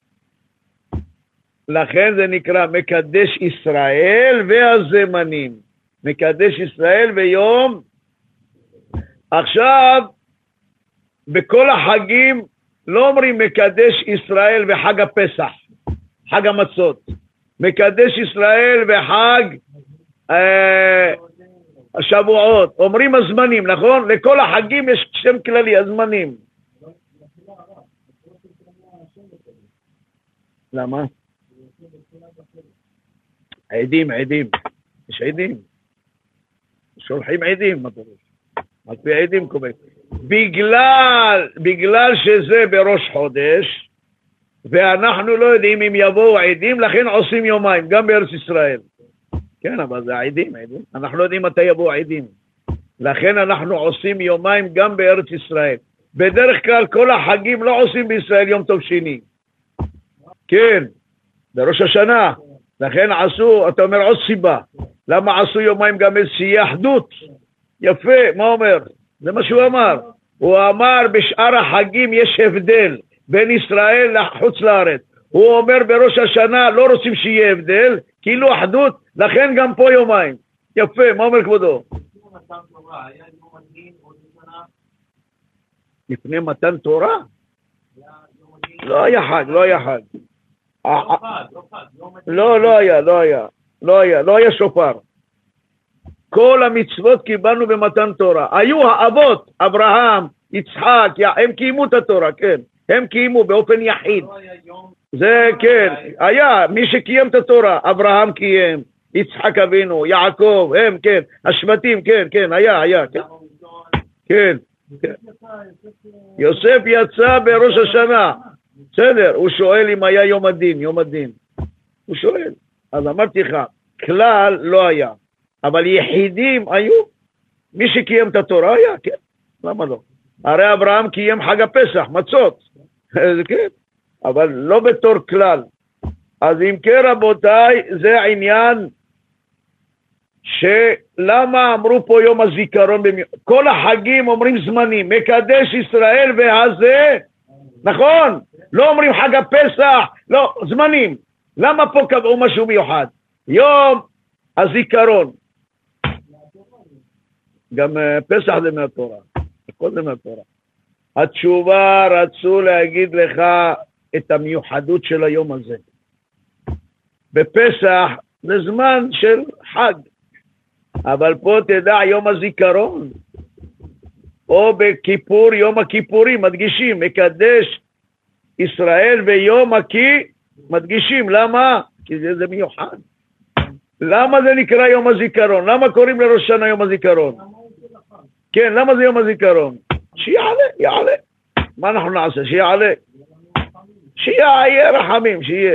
לכן זה נקרא מקדש ישראל והזמנים. מקדש ישראל ויום. עכשיו, בכל החגים לא אומרים מקדש ישראל וחג הפסח, חג המצות. מקדש ישראל וחג השבועות. אומרים הזמנים, נכון? לכל החגים יש שם כללי, הזמנים. למה? עדים. יש עדים. שולחים עדים, מה פירוש? על פי עדים קובע. בגלל שזה בראש חודש, ואנחנו לא יודעים אם יבואו עדים, לכן עושים יומיים, גם בארץ ישראל. כן, אבל זה עדים. אנחנו לא יודעים מתי יבואו עדים. לכן אנחנו עושים יומיים גם בארץ ישראל. בדרך כלל כל החגים לא עושים בישראל יום טוב שני. כן, בראש השנה. לכן עשו, אתה אומר עוד סיבה. למה עשו יומיים גם איזושהי אחדות? יפה, מה אומר? זה מה שהוא אמר. הוא אמר בשאר החגים יש הבדל בין ישראל לחוץ לארץ. הוא אומר בראש השנה לא רוצים שיהיה הבדל, כאילו אחדות, לכן גם פה יומיים. יפה, מה אומר כבודו? לפני מתן תורה? לא היה חג. לא היה שופר. כל המצוות קיבלנו במתן תורה. היו האבות, אברהם, יצחק, הם קיימו את התורה, כן. הם קיימו באופן יחיד. זה כן, היה מי שקיים את התורה, אברהם קיים, יצחק אבינו, יעקב, הם כן, השבטים, כן, היה, כן. יוסף יצא בראש השנה. בסדר, הוא שואל אם היה יום הדין. הוא שואל. אז אמרתי לך, כלל לא היה. אבל יחידים היו. מי שקיים את התורה היה, כן. למה לא? הרי אברהם קיים חג הפסח, מצות. כן. אבל לא בתור כלל. אז אם כן רבותיי, זה העניין שלמה אמרו פה יום הזיכרון. כל החגים אומרים זמנים. מקדש ישראל והזה, נכון? לא אומרים חג הפסח, לא, זמנים. למה פה קבעו משהו מיוחד? יום הזיכרון. גם פסח זה מהתורה. הכל זה מהתורה. התשובה רצו להגיד לך את המיוחדות של היום הזה. בפסח זה זמן של חג. אבל פה תדע יום הזיכרון. או בכיפור, יום הכיפורים, מדגישים, מקדש ישראל ויום מדגישים. למה? כי זה מיוחד. למה זה נקרא יום הזיכרון? למה קוראים לראש שנה יום הזיכרון? כן, למה זה יום הזיכרון? שיעלה. מה אנחנו נעשה? שיהיה רחמים, שיהיה.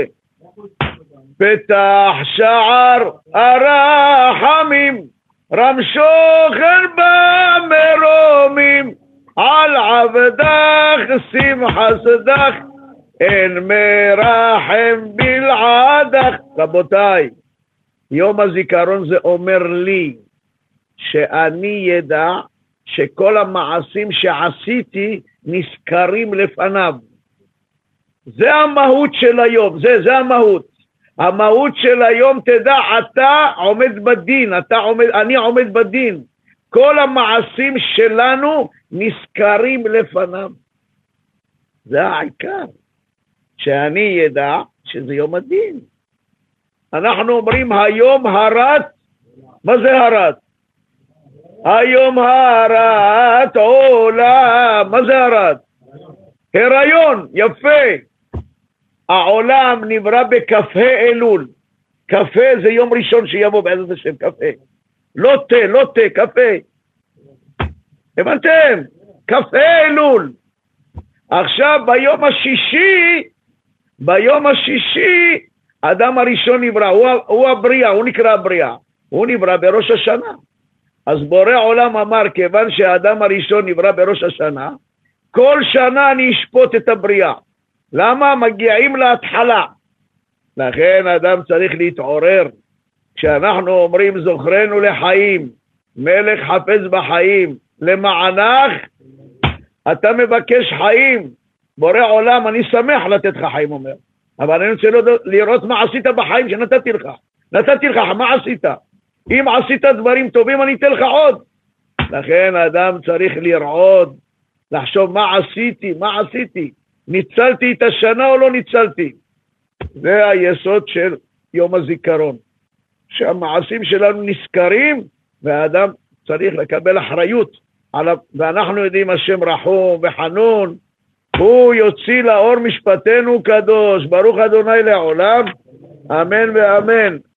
פתח שער הרחמים, רמשוכן במרומים, על עבדך שים חסדך, אין מרחם בלעדך. רבותיי, יום הזיכרון זה אומר לי שאני ידע שכל המעשים שעשיתי נזכרים לפניו. זה המהות של היום, זה המהות. המהות של היום, תדע, אתה עומד בדין, אני עומד בדין. כל המעשים שלנו נזכרים לפניו. זה העיקר. שאני ידע שזה יום הדין. אנחנו אומרים היום הרת. מה זה הרת? היום הרת עולם. מה זה הרת? הריון, יפה. העולם נברא בכ"ה אלול. כ"ה זה יום ראשון שיבוא בעזרת השם, כ"ה. לא תה, לא תה, קפה. הבנתם? קפה אלול. עכשיו ביום השישי, האדם הראשון נברא, הוא הבריאה, הוא נקרא הבריאה. הוא נברא בראש השנה. אז בורא עולם אמר, כיוון שהאדם הראשון נברא בראש השנה, כל שנה אני אשפוט את הבריאה. למה? מגיעים להתחלה. לכן האדם צריך להתעורר. כשאנחנו אומרים זוכרנו לחיים, מלך חפץ בחיים, למענך, אתה מבקש חיים. בורא עולם, אני שמח לתת לך חיים, אומר. אבל אני רוצה לראות מה עשית בחיים שנתתי לך. נתתי לך, מה עשית? אם עשית דברים טובים, אני אתן לך עוד. לכן האדם צריך לרעוד, לחשוב מה עשיתי, ניצלתי את השנה או לא ניצלתי. זה היסוד של יום הזיכרון. שהמעשים שלנו נזכרים, והאדם צריך לקבל אחריות עליו, ואנחנו יודעים השם רחום וחנון, הוא יוציא לאור משפטנו קדוש, ברוך אדוני לעולם, אמן ואמן.